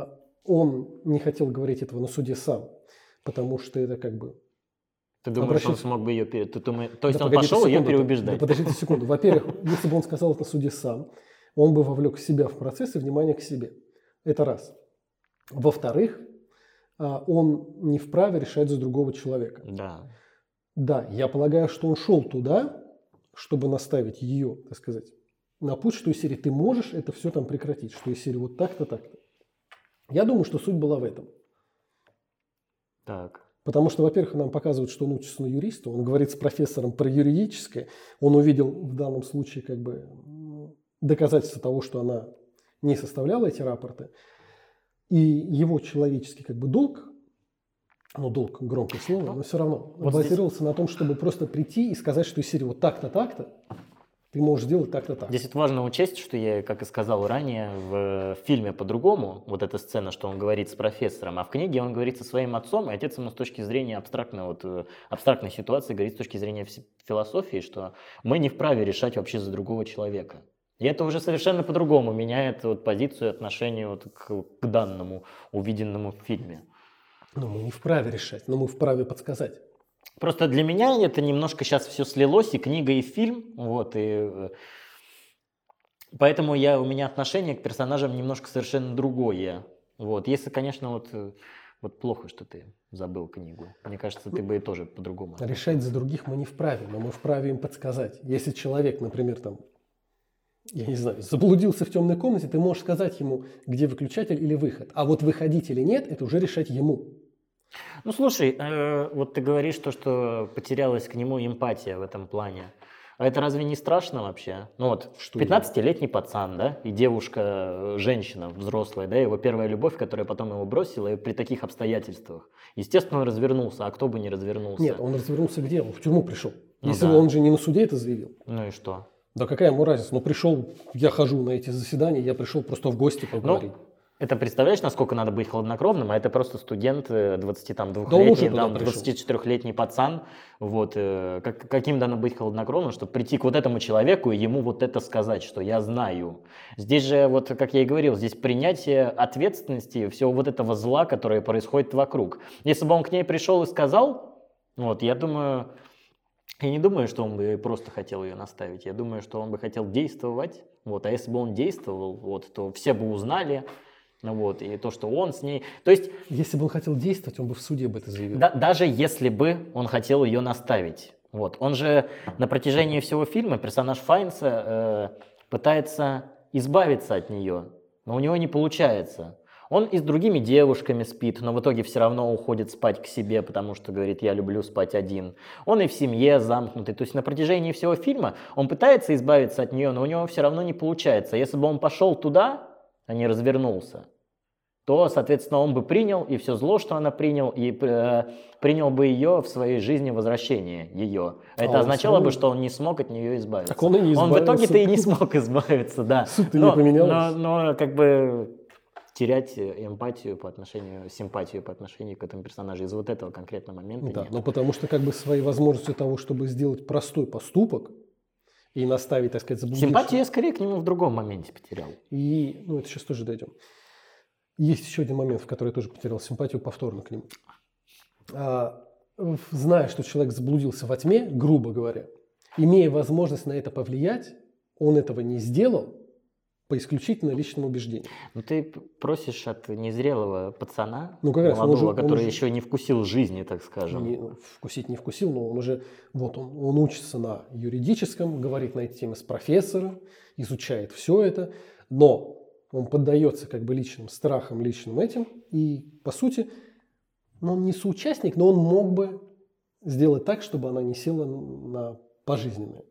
он не хотел говорить этого на суде сам, потому что это как бы... Ты думаешь, обращаться... он смог бы ее... Пере... Ты думаешь... То есть да, он пошел секунду, ее переубеждать? Да, подождите секунду. Во-первых, если бы он сказал это на суде сам, он бы вовлек себя в процесс и внимание к себе. Это раз. Во-вторых, он не вправе решать за другого человека. Да. Да, я полагаю, что он шел туда, чтобы наставить ее, так сказать, на путь, что из серии ты можешь это все там прекратить, что из серии вот так-то, так-то. Я думаю, что суть была в этом. Так. Потому что, во-первых, нам показывают, что он учится на юриста, он говорит с профессором про юридическое, он увидел в данном случае как бы доказательства того, что она не составляла эти рапорты, и его человеческий как бы долг, ну долг громкое слово, но все равно вот базировался здесь... на том, чтобы просто прийти и сказать, что из серии вот так-то, так-то, ты можешь сделать так-то так. Здесь это важно учесть, что я, как и сказал ранее, в фильме по-другому, вот эта сцена, что он говорит с профессором, а в книге он говорит со своим отцом, и отец ему с точки зрения абстрактной, вот, абстрактной ситуации говорит с точки зрения философии, что мы не вправе решать вообще за другого человека. И это уже совершенно по-другому меняет вот позицию и отношение вот к, к данному увиденному в фильме. Ну, мы не вправе решать, но мы вправе подсказать. Просто для меня это немножко сейчас все слилось, и книга, и фильм, вот, и поэтому я, у меня отношение к персонажам немножко совершенно другое. Вот, если, конечно, вот, вот плохо, что ты забыл книгу. Мне кажется, ты бы и тоже по-другому. Решать за других мы не вправе, но мы вправе им подсказать. Если человек, например, там, я не знаю, заблудился в темной комнате, ты можешь сказать ему, где выключатель или выход. А вот выходить или нет, это уже решать ему. Ну, слушай, э, вот ты говоришь то, что потерялась к нему эмпатия в этом плане. А это разве не страшно вообще? Ну вот, что пятнадцатилетний пацан, да, и девушка, женщина взрослая, да, его первая любовь, которая потом его бросила, и при таких обстоятельствах. Естественно, он развернулся, а кто бы не развернулся? Нет, он развернулся где? Он в тюрьму пришел. Ну, Если да. бы он же не на суде это заявил. Ну и что? Да какая ему разница? Ну пришел, я хожу на эти заседания, я пришел просто в гости поговорить. Ну, Это представляешь, насколько надо быть хладнокровным, а это просто студент двадцатидвухлетний, да там, двадцатичетырёхлетний пацан. Вот, как, каким надо быть хладнокровным, чтобы прийти к вот этому человеку и ему вот это сказать, что я знаю. Здесь же, вот как я и говорил, здесь принятие ответственности всего вот этого зла, которое происходит вокруг. Если бы он к ней пришел и сказал, вот, я думаю, я не думаю, что он бы просто хотел ее наставить, я думаю, что он бы хотел действовать, вот, а если бы он действовал, вот, то все бы узнали. Вот, и то, что он с ней... То есть... Если бы он хотел действовать, он бы в суде об этом заявил. Да, даже если бы он хотел ее наставить. Вот. Он же на протяжении всего фильма, персонаж Файнса, э, пытается избавиться от нее, но у него не получается. Он и с другими девушками спит, но в итоге все равно уходит спать к себе, потому что говорит, я люблю спать один. Он и в семье замкнутый. То есть на протяжении всего фильма он пытается избавиться от нее, но у него все равно не получается. Если бы он пошел туда, а не развернулся, то, соответственно, он бы принял и все зло, что она принял, и э, принял бы ее в своей жизни возвращение ее. Это а означало бы, что он не смог от нее избавиться. Так он и не избавился. Он в итоге-то и не смог избавиться, да. Суть-то не поменялась. Но, но как бы терять эмпатию по отношению, симпатию по отношению к этому персонажу из вот этого конкретного момента Да, нет. ну потому что как бы своей возможностью того, чтобы сделать простой поступок и наставить, так сказать, заблудившего. Симпатию я скорее к нему в другом моменте потерял. И, ну это сейчас тоже дойдем. Есть еще один момент, в который я тоже потерял симпатию повторно к нему. А, зная, что человек заблудился во тьме, грубо говоря, имея возможность на это повлиять, он этого не сделал по исключительно личным убеждениям. Ну ты просишь от незрелого пацана, ну, как раз, молодого, он же, который он же, еще не вкусил жизни, так скажем. Не, вкусить не вкусил, но он уже, вот он, он учится на юридическом, говорит на эти темы с профессором, изучает все это, но он поддается как бы личным страхам, личным этим. И, по сути, ну, он не соучастник, но он мог бы сделать так, чтобы она не села на пожизненное.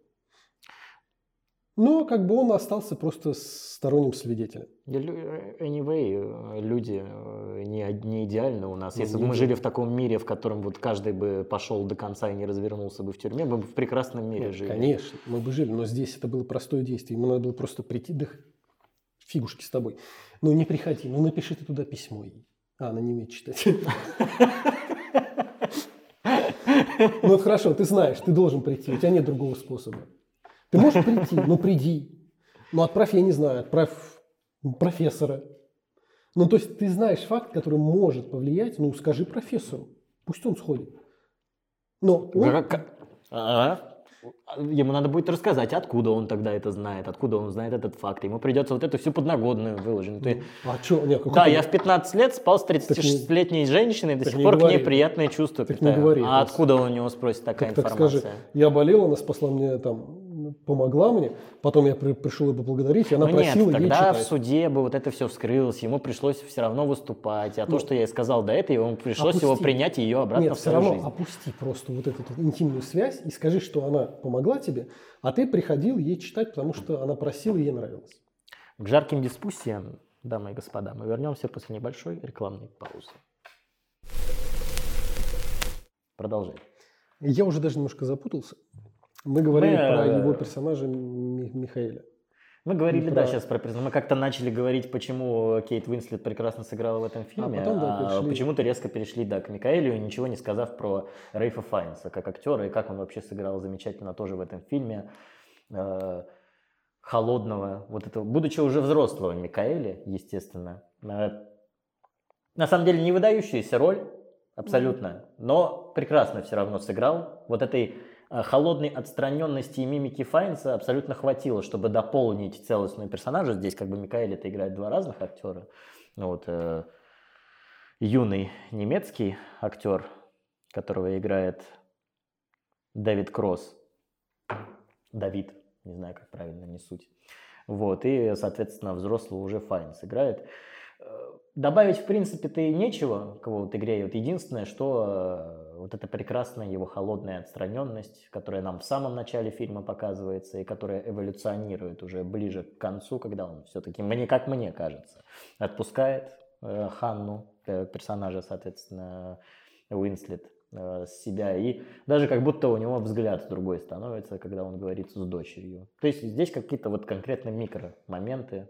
Но как бы он остался просто сторонним свидетелем. Anyway, люди не, не идеальны у нас. Ну, Если бы мы жили в таком мире, в котором вот каждый бы пошел до конца и не развернулся бы в тюрьме, мы бы в прекрасном мире Нет, жили. Конечно, мы бы жили, но здесь это было простое действие. Ему надо было просто прийти, да фигушки с тобой. Ну не приходи, ну напиши ты туда письмо ей. А, она не умеет читать. Ну хорошо, ты знаешь, ты должен прийти, у тебя нет другого способа. Ты можешь прийти, ну приди. Ну отправь, я не знаю, отправь профессора. Ну то есть ты знаешь факт, который может повлиять, ну скажи профессору, пусть он сходит. Но он... А-а. Ему надо будет рассказать, откуда он тогда это знает, откуда он знает этот факт. Ему придется вот эту всю подноготную выложить. Ну, ты... А что? Нет, да, я в пятнадцать лет спал с тридцатишестилетней женщиной, до сих пор к ней приятные чувства питаю. Говори, а откуда он у него спросит такая так, информация? Так скажи, я болел, она спасла мне там, помогла мне, потом я при, пришел ее поблагодарить, и она ну просила нет, ей тогда читать. в суде бы вот это все вскрылось, ему пришлось все равно выступать, а ну, то, что я сказал до этого, ему пришлось опусти. его принять и ее обратно нет, в свою все равно жизнь. Опусти просто вот эту вот интимную связь и скажи, что она помогла тебе, а ты приходил ей читать, потому что она просила, и ей нравилось. К жарким дискуссиям, дамы и господа, мы вернемся после небольшой рекламной паузы. Продолжай. Я уже даже немножко запутался. Мы говорили мы, про его персонажа Михаэля. Мы говорили, про... да, сейчас про персонажа. Мы как-то начали говорить, почему Кейт Уинслет прекрасно сыграла в этом фильме, а, потом, да, а почему-то резко перешли, да, к Микаэлю, ничего не сказав про Рейфа Файнса как актера, и как он вообще сыграл замечательно тоже в этом фильме. Э, холодного, вот этого, будучи уже взрослого Микаэля, естественно. Э, на самом деле не выдающаяся роль, абсолютно, mm-hmm. но прекрасно все равно сыграл. Вот этой холодной отстраненности и мимики Файнса абсолютно хватило, чтобы дополнить целостную персонажа. Здесь как бы Микаэль это играет два разных актера. Вот, э, юный немецкий актер, которого играет Дэвид Кросс. Давид, не знаю, как правильно, не суть. Вот, и, соответственно, взрослый уже Файнс играет. Добавить, в принципе-то и нечего к вот игре. Вот единственное, что вот эта прекрасная его холодная отстраненность, которая нам в самом начале фильма показывается и которая эволюционирует уже ближе к концу, когда он все-таки, мне как мне кажется, отпускает э, Ханну, э, персонажа, соответственно, Уинслет, э, с себя. И даже как будто у него взгляд другой становится, когда он говорит с дочерью. То есть здесь какие-то вот конкретно микромоменты.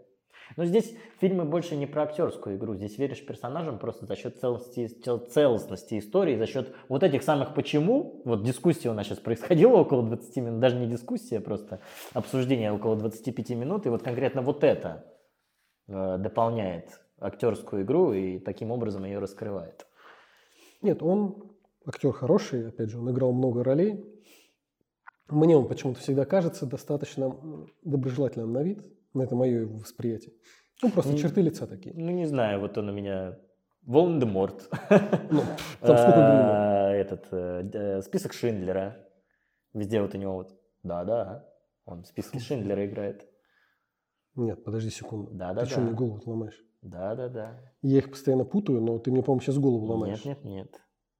Но здесь фильмы больше не про актерскую игру. Здесь веришь персонажам просто за счет целостности, целостности истории, за счет вот этих самых «почему». Вот дискуссия у нас сейчас происходила около двадцати минут, даже не дискуссия, просто обсуждение около двадцати пяти минут. И вот конкретно вот это э, дополняет актерскую игру и таким образом ее раскрывает. Нет, он актер хороший, опять же, он играл много ролей. Мне он почему-то всегда кажется достаточно доброжелательным на вид. Это мое восприятие. Ну, просто черты лица такие. Ну, не знаю, вот он у меня Волан-де-Морт. Ну, там сколько Этот список Шиндлера. Везде вот у него вот, да-да, он в списке Шиндлера играет. Нет, подожди секунду. Да-да-да. Ты что мне голову ломаешь? Да-да-да. Я их постоянно путаю, но ты мне, по-моему, сейчас голову ломаешь. Нет-нет-нет.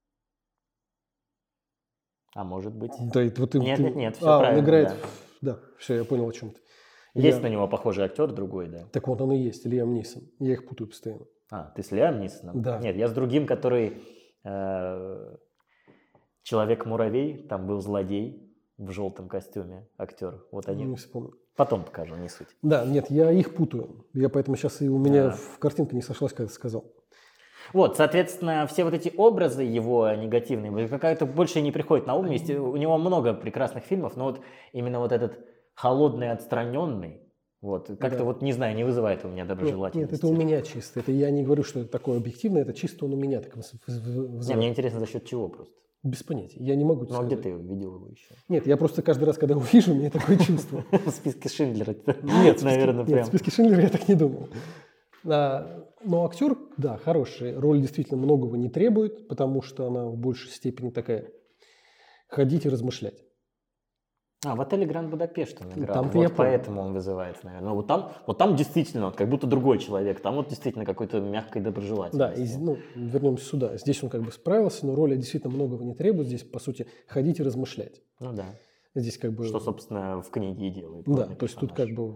А может быть. Да, это вот ты... Нет-нет-нет, все а, правильно. Он играет... Да. В... да, все, я понял о чем ты. Есть я... на него похожий актер другой, да? Так вот он и есть, Лиам Нисон. Я их путаю постоянно. А, ты с Лиам Нисоном? Да. Нет, я с другим, который э, Человек-муравей, там был злодей в желтом костюме, актер. Вот они. Не вспомню. Потом покажу, не суть. Да, нет, я их путаю. Я поэтому сейчас и у меня А. в картинка не сошлась, когда ты сказал. Вот, соответственно, все вот эти образы его негативные, какая-то больше не приходит на ум. Есть, у него много прекрасных фильмов, но вот именно вот этот холодный, отстраненный, вот, как-то Да. вот, не знаю, не вызывает у меня доброжелательности. Нет, это у меня чисто. Это я не говорю, что это такое объективное, это чисто он у меня так вызывает. Не, мне интересно, за счет чего просто. Без понятия. Я не могу Ну, а где ты видел его еще? Нет, я просто каждый раз, когда увижу, у меня такое чувство. В списке Шиндлера. Нет, наверное, прям. Нет, в списке Шиндлера я так не думал. А, но актер, да, хороший. Роль действительно многого не требует, потому что она в большей степени такая ходить и размышлять. А, в отеле Гранд Будапешт он играл. Там-то вот я поэтому он вызывает, наверное. Но вот там, вот там действительно, вот как будто другой человек. Там вот действительно какой-то мягкой доброжелательности. Да, и, ну, вернемся сюда. Здесь он как бы справился, но роли действительно многого не требует. Здесь, по сути, ходить и размышлять. Ну да. Здесь как бы... Что, собственно, в книге и делает. Да, то есть тут как бы...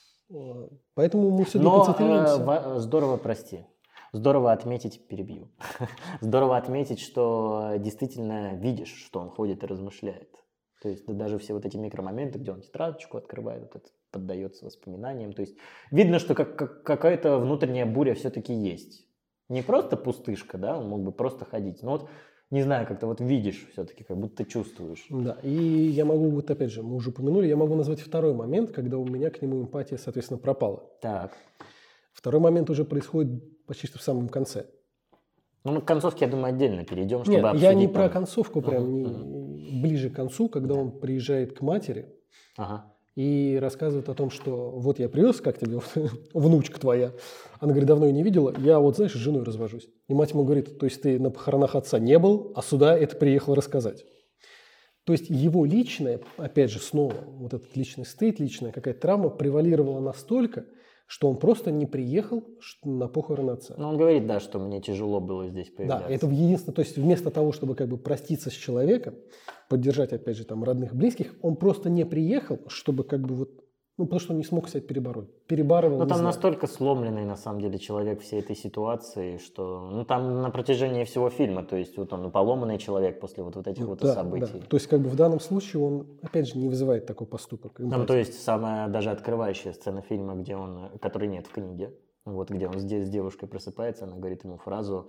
Поэтому мы все-таки Но концентрируемся. э, здорово, прости. Здорово отметить, перебью. Здорово отметить, что действительно видишь, что он ходит и размышляет. То есть да, даже все вот эти микромоменты, где он тетрадочку открывает, вот это поддается воспоминаниям. То есть видно, что как, как, какая-то внутренняя буря все-таки есть. Не просто пустышка, да, он мог бы просто ходить. Но вот, не знаю, как-то вот видишь все-таки, как будто чувствуешь. Да, и я могу, вот опять же, мы уже упомянули, я могу назвать второй момент, когда у меня к нему эмпатия, соответственно, пропала. Так. Второй момент уже происходит почти что в самом конце. Ну, мы к концовке, я думаю, отдельно перейдем, чтобы Нет, обсудить. я не там... про концовку, прям uh-huh, не, uh-huh. ближе к концу, когда он приезжает к матери ага. и рассказывает о том, что вот я привез, как тебе, внучка твоя. Она говорит, давно ее не видела, я вот, знаешь, с женой развожусь. И мать ему говорит, то есть ты на похоронах отца не был, а сюда это приехал рассказать. То есть его личное, опять же, снова, вот этот личный стыд, личная какая-то травма превалировала настолько, что он просто не приехал на похороны отца. Ну, он говорит, да, что мне тяжело было здесь появляться. Да, это единственное, то есть вместо того, чтобы как бы проститься с человеком, поддержать, опять же, там, родных, близких, он просто не приехал, чтобы как бы вот, ну, потому что он не смог себя перебороть. Перебарывал, Ну, там знаю. настолько сломленный, на самом деле, человек всей этой ситуации, что, ну, там на протяжении всего фильма, то есть вот он ну, поломанный человек после вот, вот этих ну, вот да, событий. Да. То есть как бы в данном случае он, опять же, не вызывает такой поступок. Ну, то есть самая даже открывающая сцена фильма, где он, которой нет в книге, вот где он здесь с девушкой просыпается, она говорит ему фразу: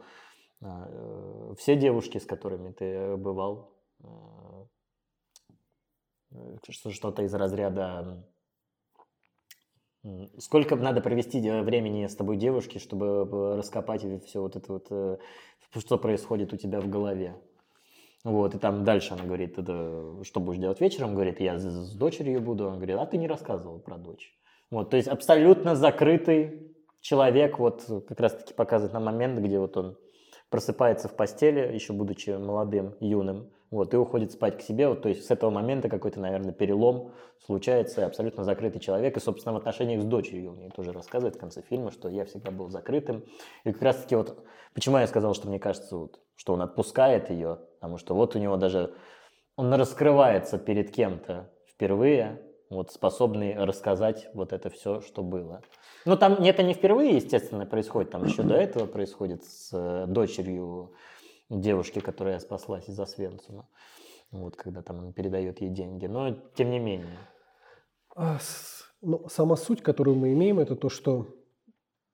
«Все девушки, с которыми ты бывал, что-то из разряда... Сколько надо провести времени с тобой девушки, чтобы раскопать все вот это вот, что происходит у тебя в голове». Вот, и там дальше она говорит, это, что будешь делать вечером? Говорит, я с, с дочерью буду. Он говорит, а ты не рассказывал про дочь. Вот, то есть абсолютно закрытый человек, вот как раз-таки показывает на момент, где вот он просыпается в постели, еще будучи молодым, юным, вот, и уходит спать к себе. Вот, то есть с этого момента какой-то, наверное, перелом случается, абсолютно закрытый человек. И, собственно, в отношениях с дочерью он ей тоже рассказывает в конце фильма, что я всегда был закрытым. И как раз-таки вот, почему я сказал, что мне кажется, вот, что он отпускает ее, потому что вот у него даже, он раскрывается перед кем-то впервые, вот, способный рассказать вот это все, что было. Ну, там это не впервые, естественно, происходит, там еще до этого происходит с дочерью девушки, которая спаслась из Освенцима, вот, когда там он передает ей деньги, но тем не менее. А, ну, сама суть, которую мы имеем, это то, что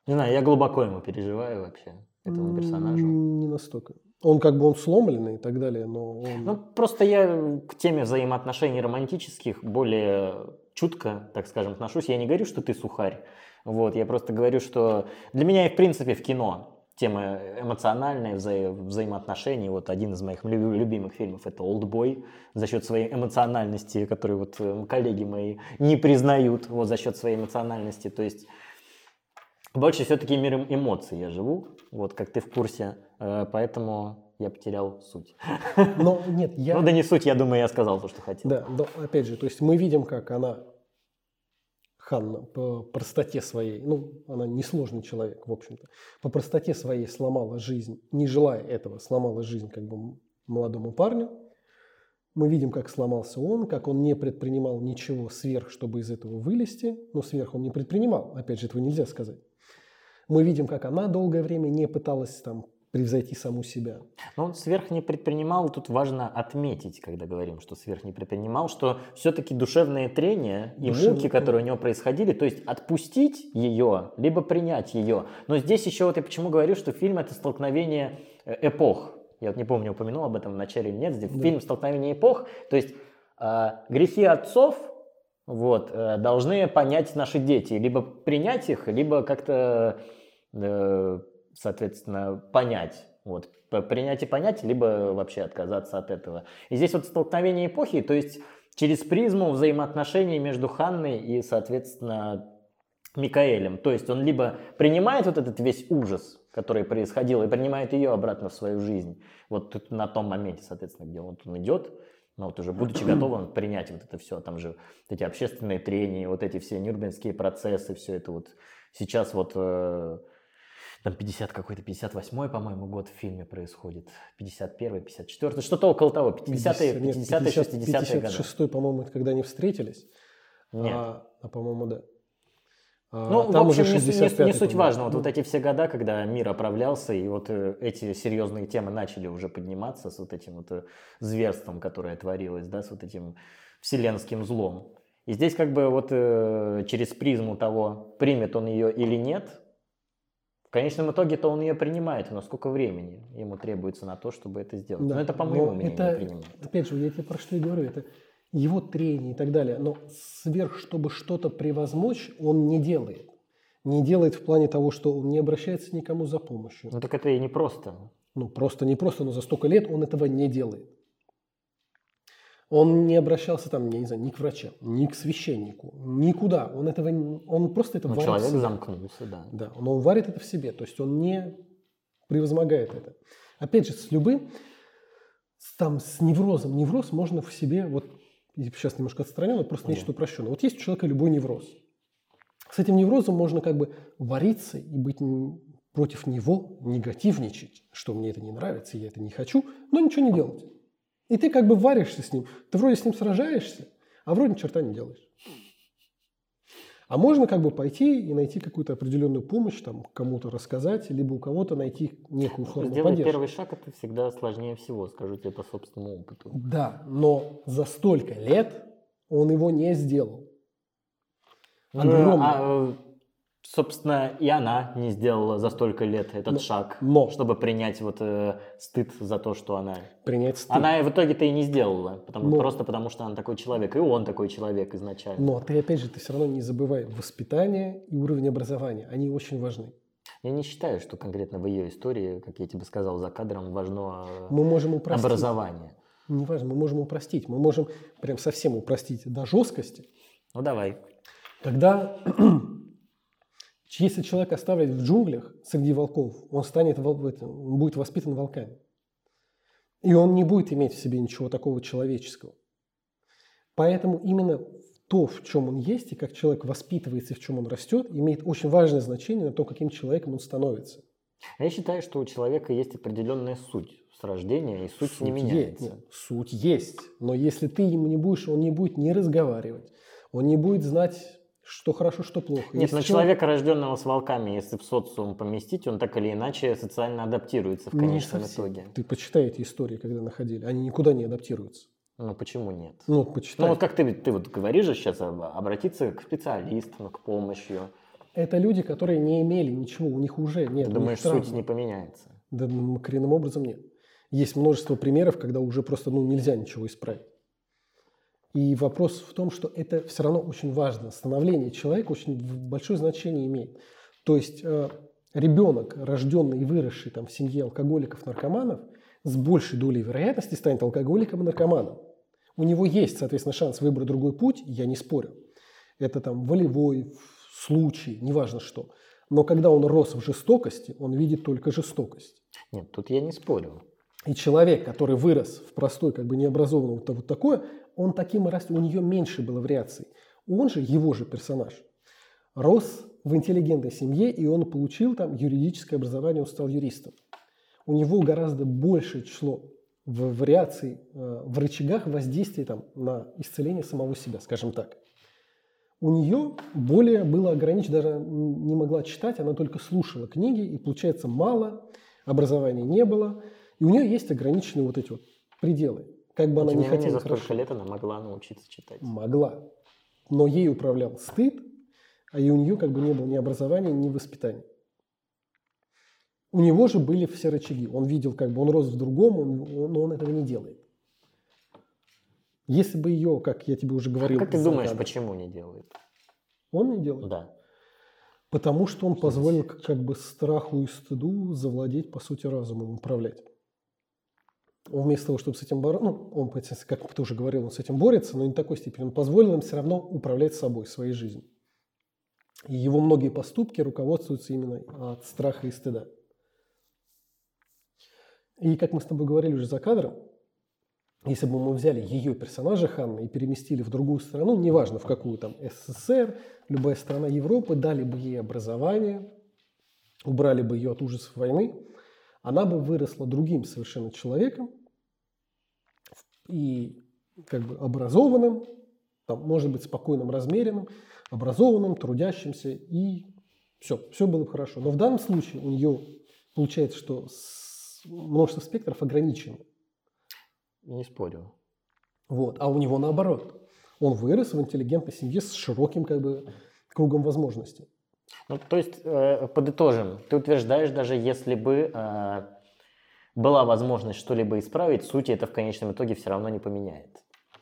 Не знаю, я глубоко ему переживаю вообще, этому персонажу. Не настолько. Он как бы он сломленный и так далее, но он... Ну, просто я к теме взаимоотношений романтических более чутко, так скажем, отношусь. Я не говорю, что ты сухарь. Вот, я просто говорю, что для меня, в принципе, в кино тема эмоциональная, вза... взаимоотношений. Вот один из моих любимых фильмов — это «Олдбой», за счет своей эмоциональности, которую вот коллеги мои не признают, вот за счет своей эмоциональности. То есть больше все-таки миром эмоций я живу, вот как ты в курсе, поэтому я потерял суть. Но нет, я... Ну да не суть, я думаю, я сказал то, что хотел. Да, но опять же, то есть мы видим, как она, Ханна, по простоте своей, ну, она несложный человек, в общем-то, по простоте своей сломала жизнь, не желая этого, сломала жизнь как бы молодому парню. Мы видим, как сломался он, как он не предпринимал ничего сверх, чтобы из этого вылезти, но сверх он не предпринимал, опять же, этого нельзя сказать. Мы видим, как она долгое время не пыталась там превзойти саму себя. Но он сверх не предпринимал, тут важно отметить, когда говорим, что сверх не предпринимал, что все-таки душевные трения и Душевные... муки, которые у него происходили, то есть отпустить ее, либо принять ее. Но здесь еще вот я почему говорю, что фильм — это столкновение эпох. Я вот не помню, упомянул об этом в начале или нет. Здесь да. Фильм «Столкновение эпох», то есть э, грехи отцов вот, э, должны понять наши дети, либо принять их, либо как-то... Э, соответственно, понять, вот, принять и понять, либо вообще отказаться от этого. И здесь вот столкновение эпохи, то есть через призму взаимоотношений между Ханной и, соответственно, Микаэлем. То есть он либо принимает вот этот весь ужас, который происходил, и принимает ее обратно в свою жизнь. Вот тут на том моменте, соответственно, где он, он идет, но вот уже будучи готовым принять вот это все, там же вот эти общественные трения, вот эти все нюрнбергские процессы, все это вот сейчас вот... Там пятьдесят какой-то, пятьдесят восьмой, по-моему, год в фильме происходит. пятьдесят первый, пятьдесят четвёртый, что-то около того. пятидесятые, пятидесятые, шестидесятые годы. пятьдесят шестой, по-моему, это когда они встретились. Нет. А, а по-моему, да. А, ну, там в общем, уже не, не суть важно. Вот, вот эти все года, когда мир оправлялся, и вот э, эти серьезные темы начали уже подниматься с вот этим вот э, зверством, которое творилось, да, с вот этим вселенским злом. И здесь как бы вот э, через призму того, примет он ее или нет, в конечном итоге-то он ее принимает, но сколько времени ему требуется на то, чтобы это сделать. Да, но это, по моему мнению, это, не принимает. Опять же, я тебе про что и говорю, это его трение и так далее, но сверх, чтобы что-то превозмочь, он не делает. Не делает в плане того, что он не обращается никому за помощью. Ну так это и не просто. Ну просто не просто, но за столько лет он этого не делает. Он не обращался там, я не знаю, ни к врачам, ни к священнику, никуда. Он этого, он просто это ну, варит человек в себе. замкнулся, да. Да, но он варит это в себе, то есть он не превозмогает это. Опять же, с любым, там, с неврозом, невроз можно в себе, вот сейчас немножко отстраненно, просто нечто mm. упрощенное. Вот есть у человека любой невроз. С этим неврозом можно как бы вариться и быть против него, негативничать, что мне это не нравится, я это не хочу, но ничего не делать. И ты как бы варишься с ним. Ты вроде с ним сражаешься, а вроде ни черта не делаешь. А можно как бы пойти и найти какую-то определенную помощь, там, кому-то рассказать, либо у кого-то найти некую форму Сделать поддержки. Первый шаг – это всегда сложнее всего, скажу тебе по собственному опыту. Да, но за столько лет он его не сделал. Огромный. А, собственно, и она не сделала за столько лет этот но, шаг, но, чтобы принять вот э, стыд за то, что она... Принять стыд. Она в итоге-то и не сделала, потому, но, просто потому, что она такой человек, и он такой человек изначально. Но ты, опять же, ты все равно не забывай воспитание и уровень образования. Они очень важны. Я не считаю, что конкретно в ее истории, как я тебе сказал за кадром, важно мы можем упростить. Образование. Не важно, мы можем упростить. Мы можем прям совсем упростить до жесткости. Ну, давай. Когда... Если человек оставить в джунглях среди волков, он станет, он будет воспитан волками. И он не будет иметь в себе ничего такого человеческого. Поэтому именно то, в чем он есть, и как человек воспитывается, и в чем он растет, имеет очень важное значение на то, каким человеком он становится. Я считаю, что у человека есть определенная суть с рождения, и суть, суть не меняется. Есть, нет, суть есть. Но если ты ему не будешь, он не будет не разговаривать, он не будет знать... Что хорошо, что плохо. Нет, если но человек... человека, рожденного с волками, если в социум поместить, он так или иначе социально адаптируется в конечном итоге. Ты почитай эти истории, когда находили. Они никуда не адаптируются. Ну почему нет? Ну, почитай. Ну вот как ты, ты вот говоришь же сейчас, обратиться к специалистам, к помощи. Это люди, которые не имели ничего, у них уже нет. Думаешь, суть не поменяется? Да, коренным образом нет. Есть множество примеров, когда уже просто ну, нельзя ничего исправить. И вопрос в том, что это все равно очень важно. Становление человека очень большое значение имеет. То есть э, ребенок, рожденный и выросший там, в семье алкоголиков, наркоманов, с большей долей вероятности станет алкоголиком и наркоманом. У него есть, соответственно, шанс выбрать другой путь, я не спорю. Это там волевой случай, неважно что. Но когда он рос в жестокости, он видит только жестокость. Нет, тут я не спорю. И человек, который вырос в простой, как бы необразованном, вот, вот такое, он таким и растет, у нее меньше было вариаций. Он же, его же персонаж, рос в интеллигентной семье, и он получил там юридическое образование, он стал юристом. У него гораздо большее число в вариаций, в рычагах воздействия там, на исцеление самого себя, скажем так. У нее более было ограничено, даже не могла читать, она только слушала книги, и получается мало, образования не было, и у нее есть ограниченные вот эти вот пределы. Как бы она Тем не хотела. За столько хорошо. лет она могла научиться читать. Могла. Но ей управлял стыд, а и у нее как бы не было ни образования, ни воспитания. У него же были все рычаги. Он видел, как бы он рос в другом, он, но он этого не делает. Если бы ее, как я тебе уже говорил... А как ты думаешь, почему не делает? Он не делает? Да. Потому что он позволил как бы страху и стыду завладеть, по сути, разумом, управлять. Он вместо того, чтобы с этим бороться, ну, он, как ты уже говорил, он с этим борется, но не в такой степени. Он позволил им все равно управлять собой, своей жизнью. И его многие поступки руководствуются именно от страха и стыда. И как мы с тобой говорили уже за кадром, если бы мы взяли ее персонажа Ханны и переместили в другую страну, неважно в какую там СССР, любая страна Европы, дали бы ей образование, убрали бы ее от ужасов войны, она бы выросла другим совершенно человеком и как бы образованным, там, может быть, спокойным, размеренным, образованным, трудящимся, и все, все было бы хорошо. Но в данном случае у нее получается, что множество спектров ограничено. Не спорю. Вот. А у него наоборот. Он вырос в интеллигентной семье с широким как бы, кругом возможностей. Ну, то есть, э, подытожим, ты утверждаешь, даже если бы э, была возможность что-либо исправить, сути это в конечном итоге все равно не поменяет.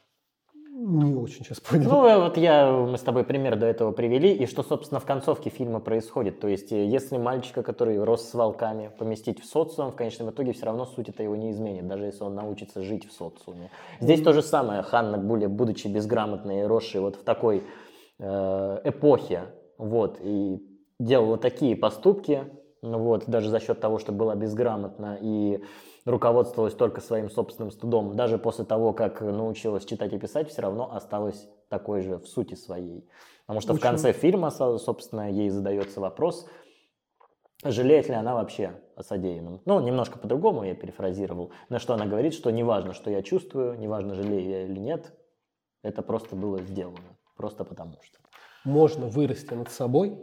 Не очень сейчас понял. Ну, вот я, мы с тобой пример до этого привели, и что, собственно, в концовке фильма происходит. То есть, если мальчика, который рос с волками, поместить в социум, в конечном итоге все равно суть это его не изменит, даже если он научится жить в социуме. Здесь mm-hmm. то же самое. Ханна, будучи безграмотной и росшей вот в такой э, эпохе, вот, и делала такие поступки, вот, даже за счет того, что была безграмотна и руководствовалась только своим собственным стыдом, даже после того, как научилась читать и писать, все равно осталась такой же в сути своей. Потому что Очень. в конце фильма, собственно, ей задается вопрос, жалеет ли она вообще о содеянном. Ну, немножко по-другому я перефразировал, на что она говорит, что неважно, что я чувствую, неважно, жалею я или нет, это просто было сделано, просто потому что. Можно вырасти над собой,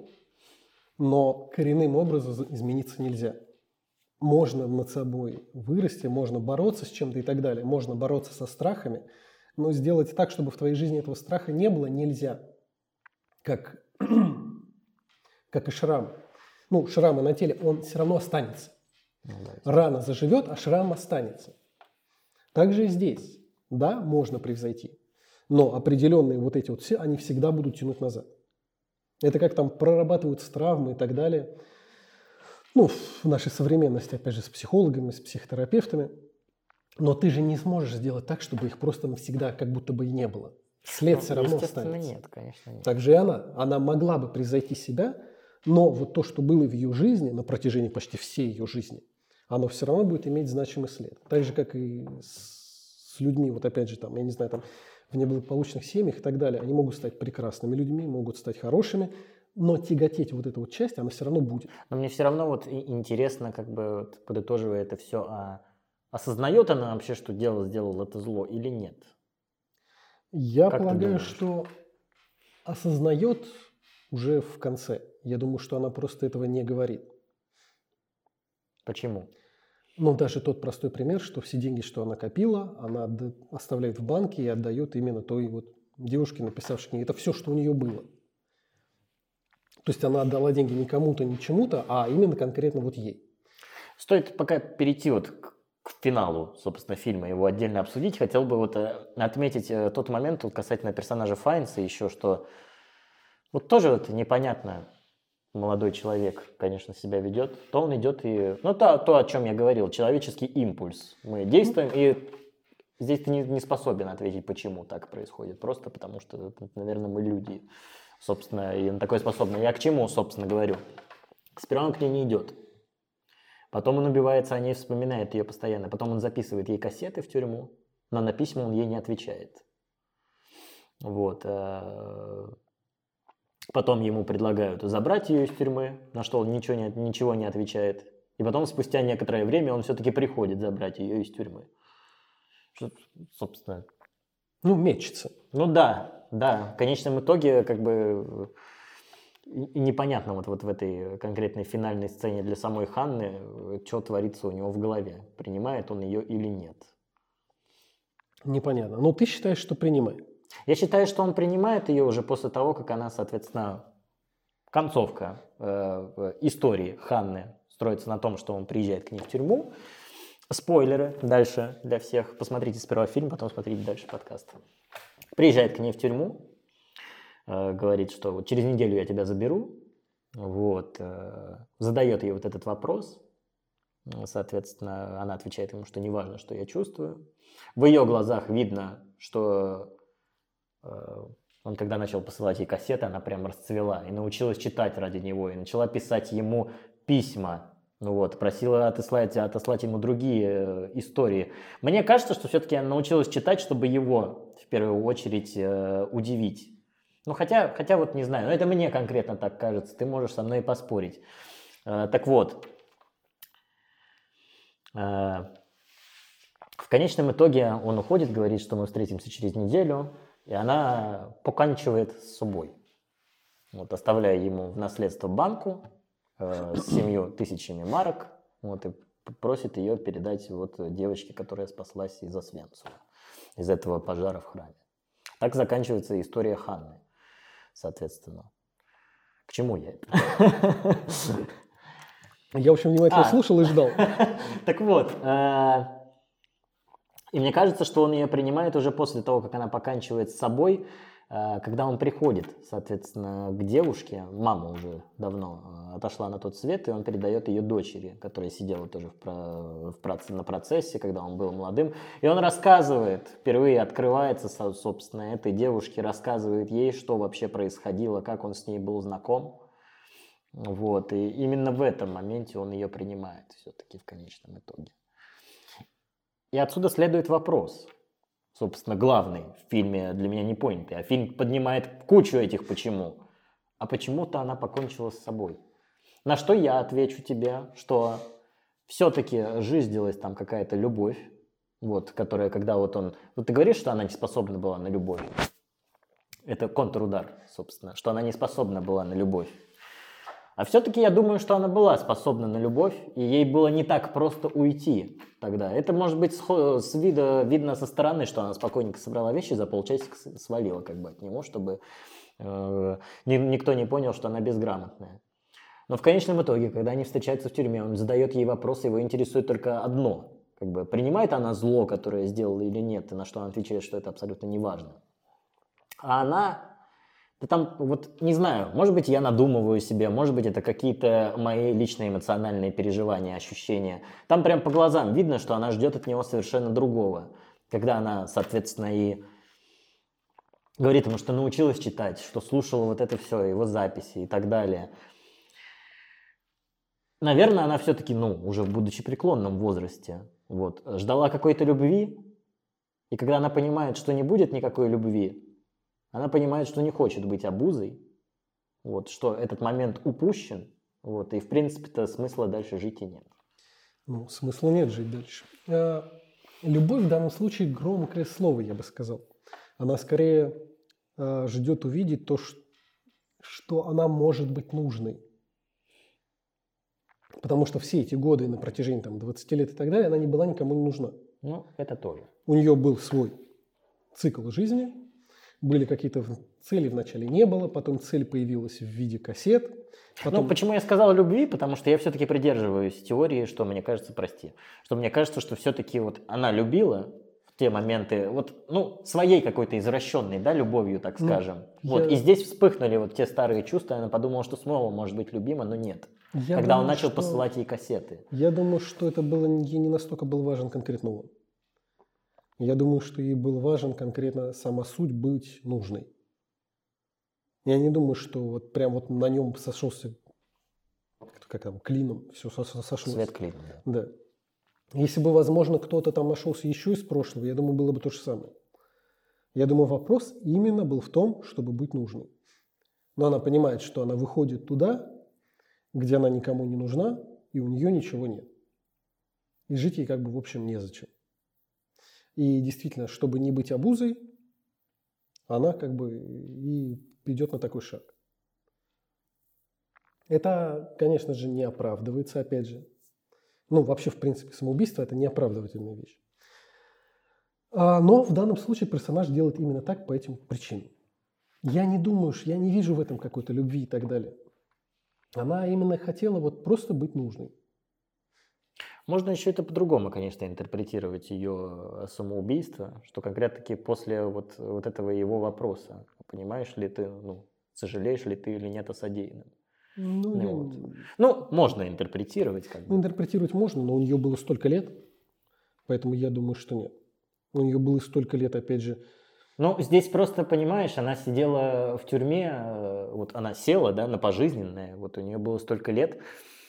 но коренным образом измениться нельзя. Можно над собой вырасти, можно бороться с чем-то и так далее, можно бороться со страхами, но сделать так, чтобы в твоей жизни этого страха не было, нельзя. Как, как и шрам. Ну, шрамы на теле, он все равно останется. Рана заживет, а шрам останется. Так же и здесь. Да, можно превзойти, но определенные вот эти вот все, они всегда будут тянуть назад. Это как там прорабатываются травмы и так далее. Ну, в нашей современности, опять же, с психологами, с психотерапевтами. Но ты же не сможешь сделать так, чтобы их просто навсегда как будто бы и не было. След ну, все равно останется. Нет, конечно, нет. Так же и она. Она могла бы превзойти себя, но вот то, что было в ее жизни, на протяжении почти всей ее жизни, оно все равно будет иметь значимый след. Так же, как и с, с людьми, вот опять же, там, я не знаю, там, в неблагополучных семьях и так далее. Они могут стать прекрасными людьми, могут стать хорошими, но тяготеть вот эту вот часть, она все равно будет. Но мне все равно вот интересно, как бы вот, подытоживая это все, а осознает она вообще, что дело сделал это зло или нет? Я как полагаю, что осознает уже в конце. Я думаю, что она просто этого не говорит. Почему? Ну, даже тот простой пример, что все деньги, что она копила, она оставляет в банке и отдает именно той вот девушке, написавшей книгу. Это все, что у нее было. То есть она отдала деньги не кому-то, не чему-то, а именно конкретно вот ей. Стоит пока перейти вот к, к финалу, собственно, фильма, его отдельно обсудить. Хотел бы вот э, отметить э, тот момент вот, касательно персонажа Файнса еще, что вот тоже вот непонятно молодой человек, конечно, себя ведет, то он идет и... Ну, то, то о чем я говорил, человеческий импульс. Мы действуем, и здесь ты не, не способен ответить, почему так происходит. Просто потому что, наверное, мы люди, собственно, и на такое способны. Я к чему, собственно, говорю? Сперва он к ней не идет. Потом он убивается о ней, вспоминает ее постоянно. Потом он записывает ей кассеты в тюрьму, но на письма он ей не отвечает. Вот. Потом ему предлагают забрать ее из тюрьмы, на что он ничего не, ничего не отвечает. И потом, спустя некоторое время, он все-таки приходит забрать ее из тюрьмы. Что, собственно... Ну, мечется. Ну да, да. В конечном итоге, как бы... И непонятно вот, вот в этой конкретной финальной сцене для самой Ханны, что творится у него в голове. Принимает он ее или нет. Непонятно. Но ты считаешь, что принимает? Я считаю, что он принимает ее уже после того, как она, соответственно, концовка э, истории Ханны строится на том, что он приезжает к ней в тюрьму. Спойлеры дальше для всех. Посмотрите сперва фильм, потом смотрите дальше подкаст. Приезжает к ней в тюрьму, э, говорит, что вот через неделю я тебя заберу. Вот, э, задает ей вот этот вопрос. Соответственно, она отвечает ему, что неважно, что я чувствую. В ее глазах видно, что... Он когда начал посылать ей кассеты, она прям расцвела и научилась читать ради него, и начала писать ему письма, ну вот, просила отослать, отослать ему другие э, истории. Мне кажется, что все-таки она научилась читать, чтобы его в первую очередь э, удивить. Ну хотя, хотя вот не знаю, но это мне конкретно так кажется, ты можешь со мной поспорить. Э, так вот, э, в конечном итоге он уходит, говорит, что мы встретимся через неделю. И она поканчивает с собой, вот, оставляя ему в наследство банку э, с семью тысячами марок, вот, и просит ее передать вот, девочке, которая спаслась из Освенцима, из этого пожара в храме. Так заканчивается история Ханны, соответственно. К чему я это? Я очень внимательно а. слушал и ждал. Так вот... И мне кажется, что он ее принимает уже после того, как она поканчивает с собой, когда он приходит, соответственно, к девушке. Мама уже давно отошла на тот свет, и он передает ее дочери, которая сидела тоже в, в, на процессе, когда он был молодым. И он рассказывает, впервые открывается, собственно, этой девушке, рассказывает ей, что вообще происходило, как он с ней был знаком. Вот. И именно в этом моменте он ее принимает все-таки в конечном итоге. И отсюда следует вопрос, собственно, главный в фильме для меня не понятый. А фильм поднимает кучу этих «почему». А почему-то она покончила с собой. На что я отвечу тебе, что все-таки жизнилась там какая-то любовь, вот, которая, когда вот он... Вот ты говоришь, что она не способна была на любовь. Это контрудар, собственно, что она не способна была на любовь. А все-таки я думаю, что она была способна на любовь, и ей было не так просто уйти тогда. Это, может быть, с вида видно со стороны, что она спокойненько собрала вещи, за полчасика свалила как бы от него, чтобы э, никто не понял, что она безграмотная. Но в конечном итоге, когда они встречаются в тюрьме, он задает ей вопрос, его интересует только одно. Как бы, принимает она зло, которое сделала или нет, и на что она отвечает, что это абсолютно неважно. А она... Да там, вот, не знаю, может быть, я надумываю себе, может быть, это какие-то мои личные эмоциональные переживания, ощущения. Там прям по глазам видно, что она ждет от него совершенно другого. Когда она, соответственно, и говорит ему, что научилась читать, что слушала вот это все, его записи и так далее. Наверное, она все-таки, ну, уже будучи в преклонном возрасте, вот, ждала какой-то любви, и когда она понимает, что не будет никакой любви, она понимает, что не хочет быть обузой, вот, что этот момент упущен, вот, и, в принципе-то, смысла дальше жить и нет. Ну, смысла нет жить дальше. А, любовь в данном случае громкое слово, я бы сказал. Она скорее а, ждет увидеть то, что она может быть нужной. Потому что все эти годы на протяжении там, двадцати лет и так далее, она не была никому не нужна. Ну, это тоже. У нее был свой цикл жизни. были какие-то цели вначале не было, потом цель появилась в виде кассет. Потом... Ну, почему я сказал о любви? Потому что я все-таки придерживаюсь теории, что мне кажется, прости, что мне кажется, что все-таки вот она любила в те моменты, вот, ну, своей какой-то извращенной, да, любовью, так скажем. Ну, вот, я... и здесь вспыхнули вот те старые чувства, она подумала, что снова может быть любима, но нет. Я когда думаю, он начал что... посылать ей кассеты. Я думаю, что это было, ей не настолько был важен конкретно он. Я думаю, что ей был важен конкретно сама суть быть нужной. Я не думаю, что вот прям вот на нем сошелся, как там, клином все сошлось. Свет клином, да. Да. Если бы, возможно, кто-то там нашелся еще из прошлого, я думаю, было бы то же самое. Я думаю, вопрос именно был в том, чтобы быть нужной. Но она понимает, что она выходит туда, где она никому не нужна, и у нее ничего нет. И жить ей как бы в общем незачем. И действительно, чтобы не быть обузой, она как бы и идет на такой шаг. Это, конечно же, не оправдывается, опять же. Ну, вообще, в принципе, самоубийство – это не оправдывательная вещь. А, но в данном случае персонаж делает именно так по этим причинам. Я не думаю, я не вижу в этом какой-то любви и так далее. Она именно хотела вот просто быть нужной. Можно еще это по-другому, конечно, интерпретировать ее самоубийство, что конкретно-таки после вот, вот этого его вопроса, понимаешь ли ты, ну, сожалеешь ли ты или нет о содеянном. Ну, ну, я... вот. ну можно интерпретировать. Как бы. Ну, интерпретировать можно, но у нее было столько лет, поэтому я думаю, что нет. У нее было столько лет, опять же. Ну, здесь просто, понимаешь, она сидела в тюрьме, вот она села, да, на пожизненное, вот у нее было столько лет.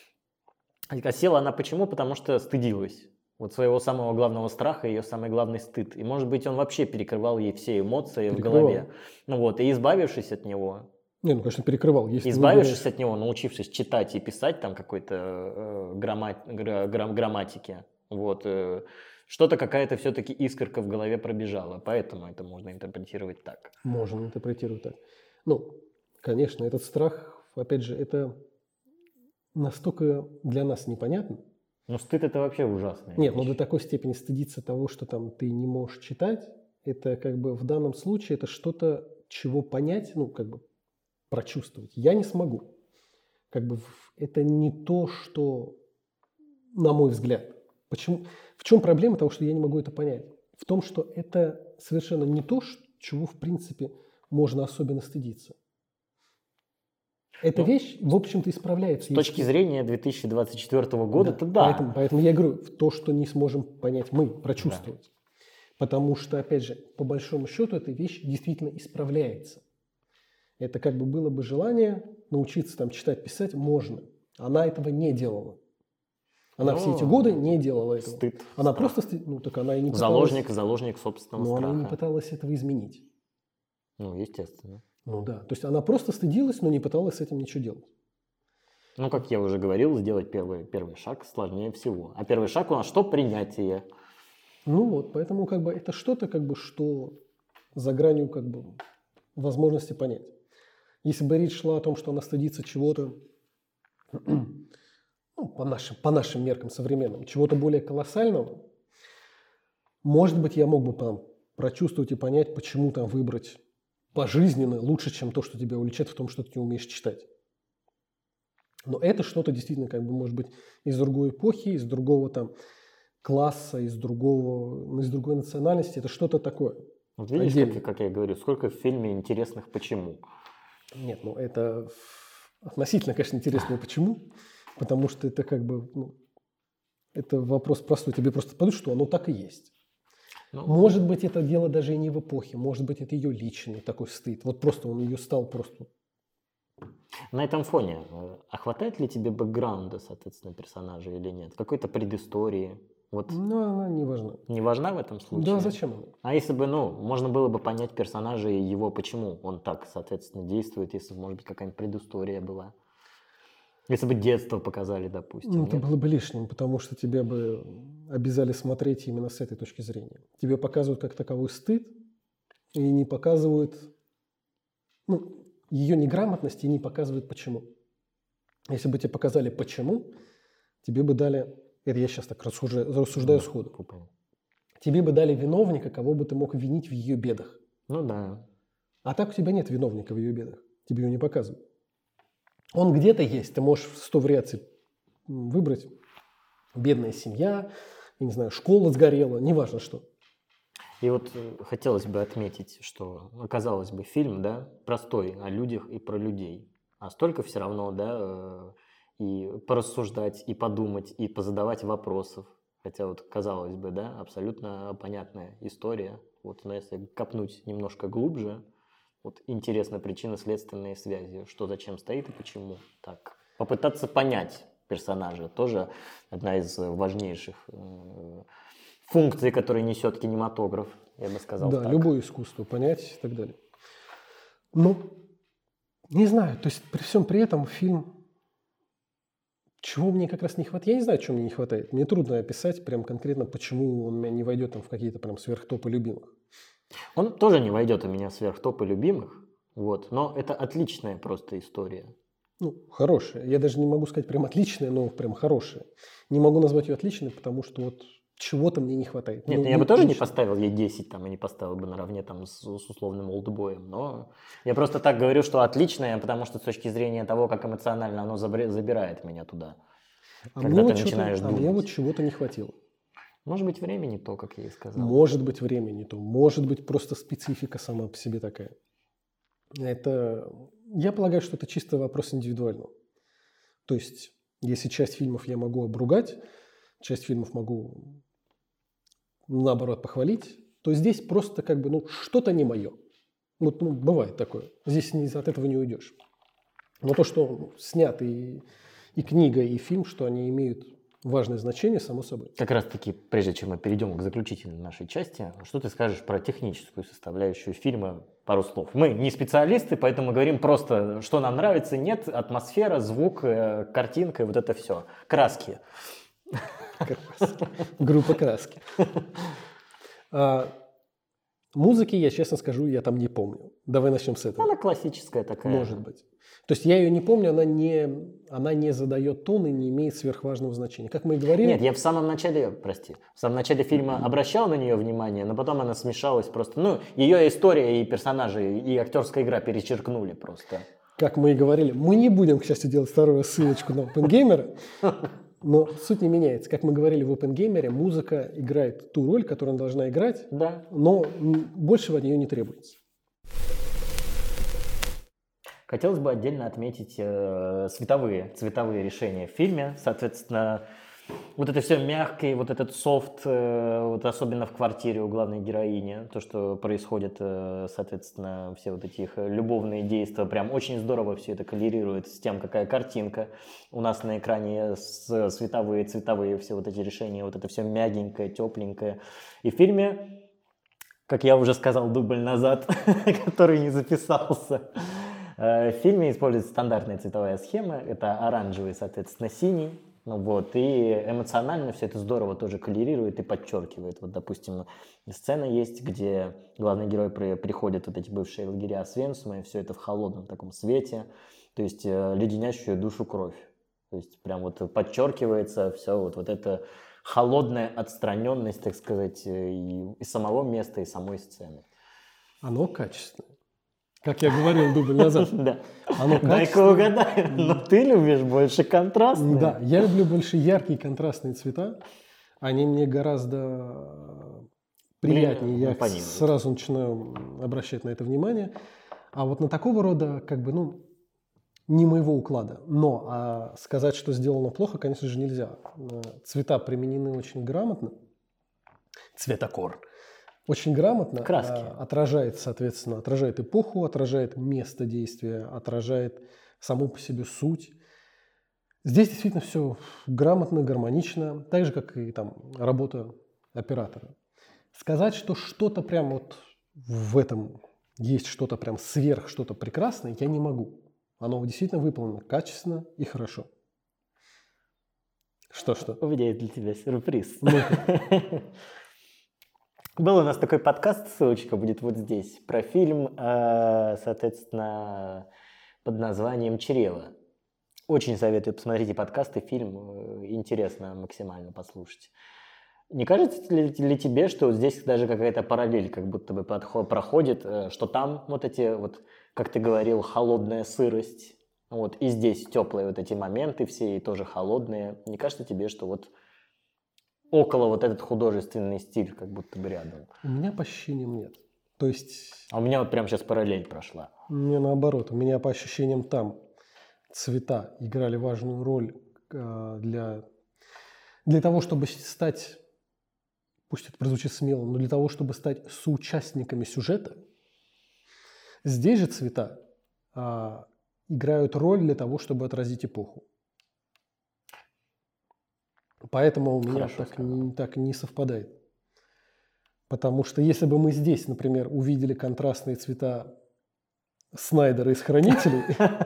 А села она почему? Потому что стыдилась. Вот своего самого главного страха, ее самый главный стыд. И, может быть, он вообще перекрывал ей все эмоции в голове. Ну вот, и избавившись от него... Не, ну, конечно, перекрывал. Если избавившись выбираешь... от него, научившись читать и писать там какой-то э, граммат... грамм... грамматики, вот, э, что-то какая-то все-таки искорка в голове пробежала. Поэтому это можно интерпретировать так. Можно интерпретировать так. Ну, конечно, этот страх, опять же, это... настолько для нас непонятно. Ну, стыд – это вообще ужасно. Нет, но до такой степени стыдиться того, что там ты не можешь читать, это как бы в данном случае это что-то, чего понять, ну, как бы прочувствовать. Я не смогу. Как бы это не то, что, на мой взгляд. Почему? В чем проблема того, что я не могу это понять? В том, что это совершенно не то, чего, в принципе, можно особенно стыдиться. Эта ну, вещь, в общем-то, исправляется. С точки зрения две тысячи двадцать четвёртого года, да, то да. Поэтому, поэтому я говорю, то, что не сможем понять мы, прочувствовать. Да. Потому что, опять же, по большому счету, эта вещь действительно исправляется. Это как бы было бы желание научиться там читать, писать, можно. Она этого не делала. Она но все эти годы не делала этого. Стыд. Она страх. просто, стыд, ну так она и не пыталась. Заложник, заложник собственного но страха. Но она не пыталась этого изменить. Ну, естественно. Ну да, то есть она просто стыдилась, но не пыталась с этим ничего делать. Ну, как я уже говорил, сделать первый, первый шаг сложнее всего. А первый шаг у нас что? Принятие. Ну вот, поэтому как бы это что-то, как бы, что за гранью как бы возможности понять. Если бы речь шла о том, что она стыдится чего-то, ну, по нашим, по нашим меркам современным, чего-то более колоссального, может быть, я мог бы там прочувствовать и понять, почему там выбрать пожизненно лучше, чем то, что тебя увлечет в том, что ты не умеешь читать. Но это что-то действительно, как бы, может быть, из другой эпохи, из другого там класса, из другого, из другой национальности. Это что-то такое. Вот видишь, как, как я говорю, сколько в фильме интересных «почему». Нет, ну это относительно, конечно, интересно «почему», потому что это как бы, ну, это вопрос простой. Тебе просто подумать, что оно так и есть. Ну, может быть, это дело даже и не в эпохе, может быть, это ее личный такой стыд. Вот просто он ее стал просто... На этом фоне, а хватает ли тебе бэкграунда, соответственно, персонажа или нет? Какой-то предыстории? Вот. Ну, она не важна. Не важна в этом случае? Да, зачем она? А если бы, ну, можно было бы понять персонажа и его, почему он так, соответственно, действует, если, может быть, какая-нибудь предыстория была? Если бы детство показали, допустим. Ну, это было бы лишним, потому что тебя бы обязали смотреть именно с этой точки зрения. Тебе показывают как таковой стыд и не показывают, ну, ее неграмотность и не показывают почему. Если бы тебе показали почему, тебе бы дали, это я сейчас так рассуждаю, рассуждаю да, сходу, купаю. Тебе бы дали виновника, кого бы ты мог винить в ее бедах. Ну да. А так у тебя нет виновника в ее бедах. Тебе его не показывают. Он где-то есть. Ты можешь сто вариаций выбрать. Бедная семья, я не знаю, школа сгорела, неважно что. И вот хотелось бы отметить, что, казалось бы, фильм, да, простой о людях и про людей. А столько все равно, да, и порассуждать, и подумать, и позадавать вопросов. Хотя вот, казалось бы, да, абсолютно понятная история. Вот, но если копнуть немножко глубже, вот интересна причинно-следственные связи, что зачем стоит и почему. Так, попытаться понять персонажа тоже одна из важнейших э, функций, которые несет кинематограф, я бы сказал. Да, так. любое искусство понять и так далее. Ну, не знаю, то есть при всем при этом фильм, чего мне как раз не хватает, я не знаю, чего мне не хватает. Мне трудно описать прям конкретно, почему он у меня не войдет там в какие-то прям сверхтопы любимых. Он тоже не войдет у меня сверх топа любимых, вот, но это отличная просто история. Ну, хорошая. Я даже не могу сказать прям отличная, но прям хорошая. Не могу назвать ее отличной, потому что вот чего-то мне не хватает. Нет, ну, я ну, бы тоже лично. не поставил ей десять, там, и не поставил бы наравне там, с, с условным олдбоем, но я просто так говорю, что отличное, потому что с точки зрения того, как эмоционально оно забирает меня туда, а когда мне ты вот начинаешь а думать. мне вот чего-то не хватило. Может быть, времени то, как я и сказал. Может быть, времени то, может быть, просто специфика сама по себе такая. Это, я полагаю, что это чисто вопрос индивидуального. То есть, если часть фильмов я могу обругать, часть фильмов могу, наоборот, похвалить, то здесь просто как бы, ну, что-то не мое. Вот, ну, бывает такое. Здесь не, от этого не уйдешь. Но то, что снят и, и книга, и фильм, что они имеют важное значение, само собой. Как раз таки, прежде чем мы перейдем к заключительной нашей части, что ты скажешь про техническую составляющую фильма? Пару слов. Мы не специалисты, поэтому говорим просто, что нам нравится, нет, атмосфера, звук, картинка, и вот это все. Краски. Группа краски. А, музыки, я честно скажу, я там не помню. Давай начнем с этого. Она классическая такая. Может быть. То есть я ее не помню, она не, она не задает тон и не имеет сверхважного значения. Как мы и говорили... Нет, я в самом начале, прости, в самом начале фильма обращал на нее внимание, но потом она смешалась просто. Ну, ее история и персонажи, и актерская игра перечеркнули просто. Как мы и говорили, мы не будем, к счастью, делать вторую ссылочку на OpenGamer, но суть не меняется. Как мы говорили в OpenGamer, музыка играет ту роль, которую она должна играть, да. но большего от нее не требуется. Хотелось бы отдельно отметить э, цветовые, цветовые решения в фильме. Соответственно, вот это все мягкое, вот этот софт, э, вот особенно в квартире у главной героини, то, что происходит, э, соответственно, все вот эти их любовные действия, прям очень здорово все это коллерирует с тем, какая картинка у нас на экране, с, световые, цветовые все вот эти решения, вот это все мягенькое, тепленькое. И в фильме, как я уже сказал дубль назад, который не записался, в фильме используется стандартная цветовая схема, это оранжевый, соответственно, синий, ну вот, и эмоционально все это здорово тоже коллерирует и подчеркивает. Вот, допустим, сцена есть, где главный герой при, приходит, вот эти бывшие лагеря Освенцима, и все это в холодном таком свете, то есть леденящую душу кровь, то есть прям вот подчеркивается все вот, вот это холодная отстраненность, так сказать, и, и самого места, и самой сцены. Оно качественное. Как я говорил дубль назад. Да. Оно Дай-ка угадаю, но ты любишь больше контрастные. Да, я люблю больше яркие контрастные цвета. Они мне гораздо приятнее. Мне, я ну, сразу начинаю обращать на это внимание. А вот на такого рода, как бы, ну, не моего уклада. Но а сказать, что сделано плохо, конечно же, нельзя. Цвета применены очень грамотно. Цветокор. Очень грамотно. Краски. Отражает, соответственно, отражает эпоху, отражает место действия, отражает саму по себе суть. Здесь действительно все грамотно, гармонично, так же, как и там работа оператора. Сказать, что что-то прям вот в этом есть что-то прям сверх, что-то прекрасное, я не могу. Оно действительно выполнено качественно и хорошо. Что-что? У меня есть для тебя сюрприз. Был у нас такой подкаст, ссылочка будет вот здесь, про фильм, соответственно, под названием «Чрево». Очень советую, посмотрите подкаст и фильм, интересно максимально послушать. Не кажется ли, ли тебе, что вот здесь даже какая-то параллель как будто бы подход, проходит, что там вот эти, вот, как ты говорил, холодная сырость, вот, и здесь теплые вот эти моменты все, и тоже холодные. Не кажется тебе, что вот около вот этот художественный стиль как будто бы рядом? У меня по ощущениям нет. То есть... А у меня вот прямо сейчас параллель прошла. У меня наоборот. У меня по ощущениям там цвета играли важную роль для, для того, чтобы стать, пусть это прозвучит смело, но для того, чтобы стать соучастниками сюжета. Здесь же цвета а, играют роль для того, чтобы отразить эпоху. Поэтому у меня так не, так не совпадает. Потому что если бы мы здесь, например, увидели контрастные цвета Снайдера из «Хранителей»,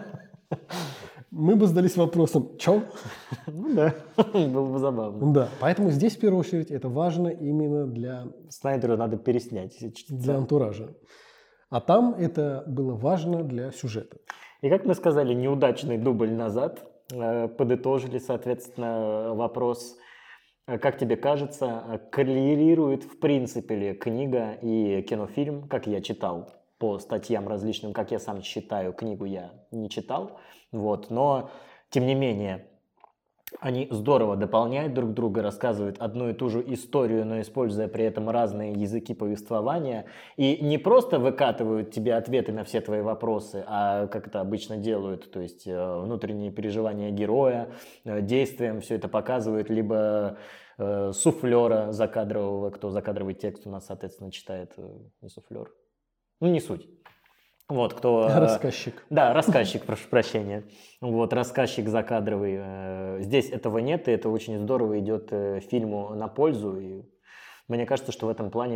мы бы задались вопросом, чё? Ну да, было бы забавно. Да, поэтому здесь, в первую очередь, это важно именно для... Снайдеру надо переснять. Для антуража. А там это было важно для сюжета. И как мы сказали, неудачный дубль назад. Подытожили, соответственно, вопрос, как тебе кажется, коррелирует в принципе ли книга и кинофильм, как я читал по статьям различным, как я сам читаю, книгу я не читал, вот, но тем не менее они здорово дополняют друг друга, рассказывают одну и ту же историю, но используя при этом разные языки повествования. И не просто выкатывают тебе ответы на все твои вопросы, а как это обычно делают, то есть внутренние переживания героя, действием все это показывают, либо э, суфлера закадрового, кто закадровый текст у нас, соответственно, читает, не суфлер, ну не суть. Вот, кто... Рассказчик. Да, рассказчик, прошу прощения. Вот, рассказчик закадровый. Здесь этого нет, и это очень здорово идет фильму на пользу. И мне кажется, что в этом плане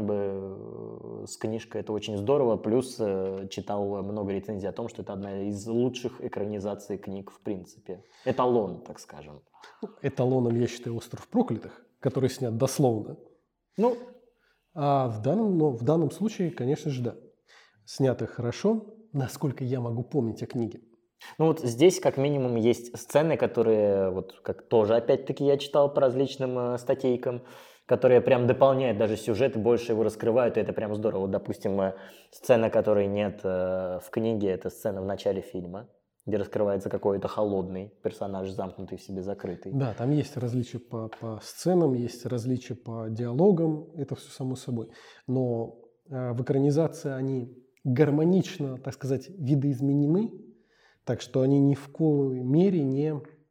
бы с книжкой это очень здорово. Плюс читал много рецензий о том, что это одна из лучших экранизаций книг в принципе. Эталон, так скажем. Эталоном я считаю «Остров проклятых», который снят дословно. Ну, а в данном, но в данном случае, конечно же, да. Снято хорошо, насколько я могу помнить о книге. Ну вот здесь как минимум есть сцены, которые, вот как тоже опять-таки я читал по различным э, статейкам, которые прям дополняют даже сюжет и больше его раскрывают, и это прям здорово. Вот, допустим, э, сцена, которой нет э, в книге, это сцена в начале фильма, где раскрывается какой-то холодный персонаж, замкнутый в себе, закрытый. Да, там есть различия по, по сценам, есть различия по диалогам, это все само собой. Но э, в экранизации они гармонично, так сказать, видоизменены, так что они ни в коей мере не,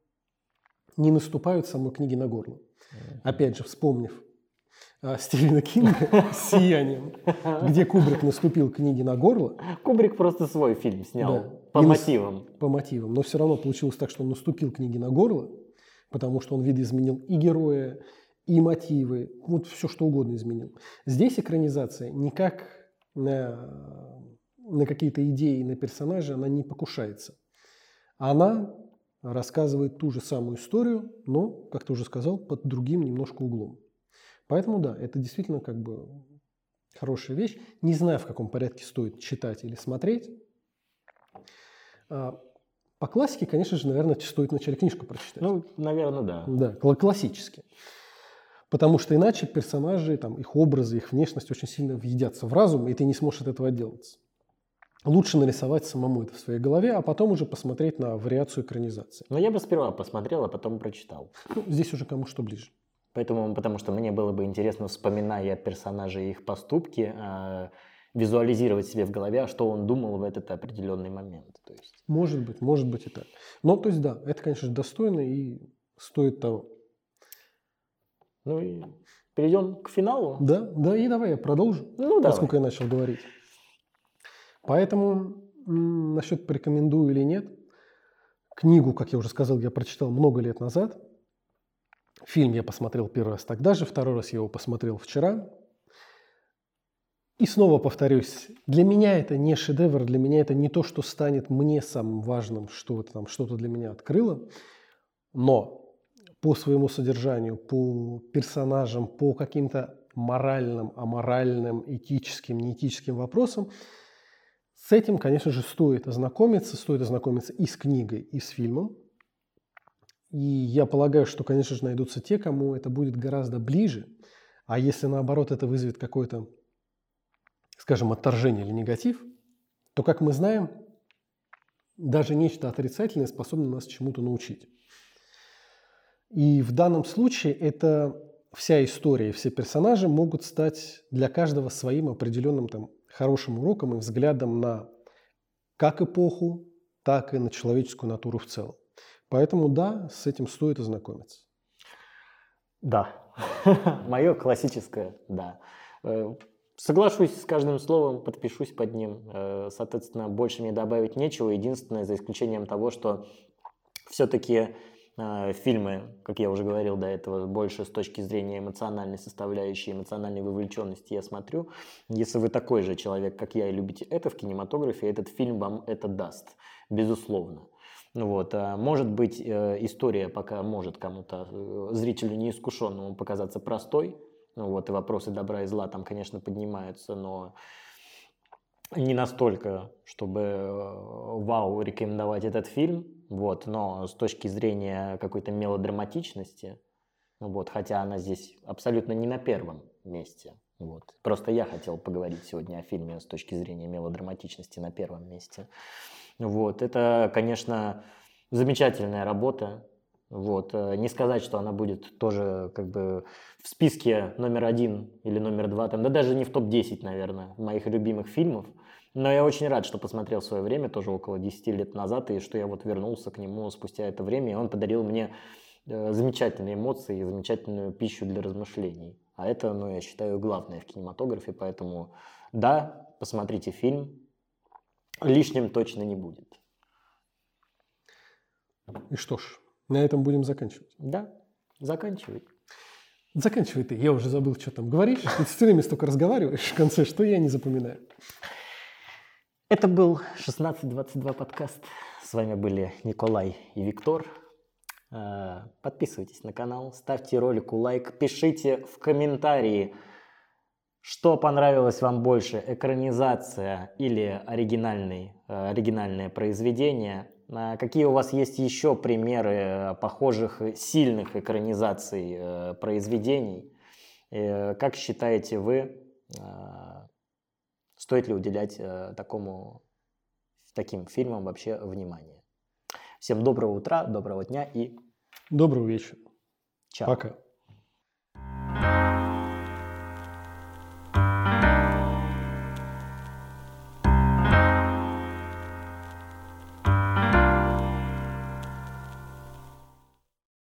не наступают самой книге на горло. Mm-hmm. Опять же, вспомнив а, Стивена Кинга с «Сиянием», где Кубрик наступил книге на горло. Кубрик просто свой фильм снял, да, по и мотивам. На, по мотивам. Но все равно получилось так, что он наступил книге на горло, потому что он видоизменил и героя, и мотивы, вот все что угодно изменил. Здесь экранизация никак на, на какие-то идеи, на персонажа она не покушается. Она рассказывает ту же самую историю, но, как ты уже сказал, под другим немножко углом. Поэтому да, это действительно как бы хорошая вещь. Не знаю, в каком порядке стоит читать или смотреть. По классике, конечно же, наверное, стоит вначале книжку прочитать. Ну, наверное, да. Да, классически. Потому что иначе персонажи, там, их образы, их внешность очень сильно въедятся в разум, и ты не сможешь от этого отделаться. Лучше нарисовать самому это в своей голове, а потом уже посмотреть на вариацию экранизации. Но я бы сперва посмотрел, а потом прочитал. Ну, здесь уже кому что ближе. Поэтому, потому что мне было бы интересно, вспоминая персонажей и их поступки, э, визуализировать себе в голове, что он думал в этот определенный момент. То есть... Может быть, может быть и так. Но, то есть, да, это, конечно, достойно и стоит того. Ну и перейдем к финалу. Да, да, и давай я продолжу, ну, поскольку давай. я начал говорить. Поэтому м- насчет порекомендую или нет, книгу, как я уже сказал, я прочитал много лет назад. Фильм я посмотрел первый раз тогда же, второй раз я его посмотрел вчера. И снова повторюсь, для меня это не шедевр, для меня это не то, что станет мне самым важным, что это там что-то для меня открыло, но по своему содержанию, по персонажам, по каким-то моральным, аморальным, этическим, неэтическим вопросам, с этим, конечно же, стоит ознакомиться, стоит ознакомиться и с книгой, и с фильмом. И я полагаю, что, конечно же, найдутся те, кому это будет гораздо ближе, А если наоборот это вызовет какое-то, скажем, отторжение или негатив, то, как мы знаем, даже нечто отрицательное способно нас чему-то научить. И в данном случае это вся история, все персонажи могут стать для каждого своим определенным там, хорошим уроком и взглядом на как эпоху, так и на человеческую натуру в целом. Поэтому да, с этим стоит ознакомиться. Да, мое классическое «да». Соглашусь с каждым словом, подпишусь под ним. Соответственно, больше мне добавить нечего. Единственное, за исключением того, что все-таки фильмы, как я уже говорил до этого, больше с точки зрения эмоциональной составляющей, эмоциональной вовлеченности я смотрю. Если вы такой же человек, как я, и любите это в кинематографе, этот фильм вам это даст, безусловно. Вот. Может быть, история пока может кому-то, зрителю неискушенному, показаться простой. Вот. И вопросы добра и зла там, конечно, поднимаются, но не настолько, чтобы вау, рекомендовать этот фильм. Вот. Но с точки зрения какой-то мелодраматичности, вот, хотя она здесь абсолютно не на первом месте. Вот. Просто я хотел поговорить сегодня о фильме с точки зрения мелодраматичности на первом месте. Вот. Это, конечно, замечательная работа. Вот. Не сказать, что она будет тоже как бы в списке номер один или номер два, там, да даже не в топ десять, наверное, моих любимых фильмов. Но я очень рад, что посмотрел в свое время, тоже около десяти лет назад, и что я вот вернулся к нему спустя это время, и он подарил мне замечательные эмоции и замечательную пищу для размышлений. А это, ну, я считаю, главное в кинематографе, поэтому да, посмотрите фильм, лишним точно не будет. И что ж, на этом будем заканчивать. Да, заканчивай. Заканчивай ты, я уже забыл, что там говоришь. Ты все время столько разговариваешь в конце, что я не запоминаю. Это был шестнадцать двадцать два подкаст. С вами были Николай и Виктор. Подписывайтесь на канал, ставьте ролику лайк, пишите в комментарии, что понравилось вам больше, экранизация или оригинальный, оригинальное произведение. Какие у вас есть еще примеры похожих сильных экранизаций произведений? Как считаете вы, стоит ли уделять такому, таким фильмам вообще внимание? Всем доброго утра, доброго дня и доброго вечера. Чао. Пока.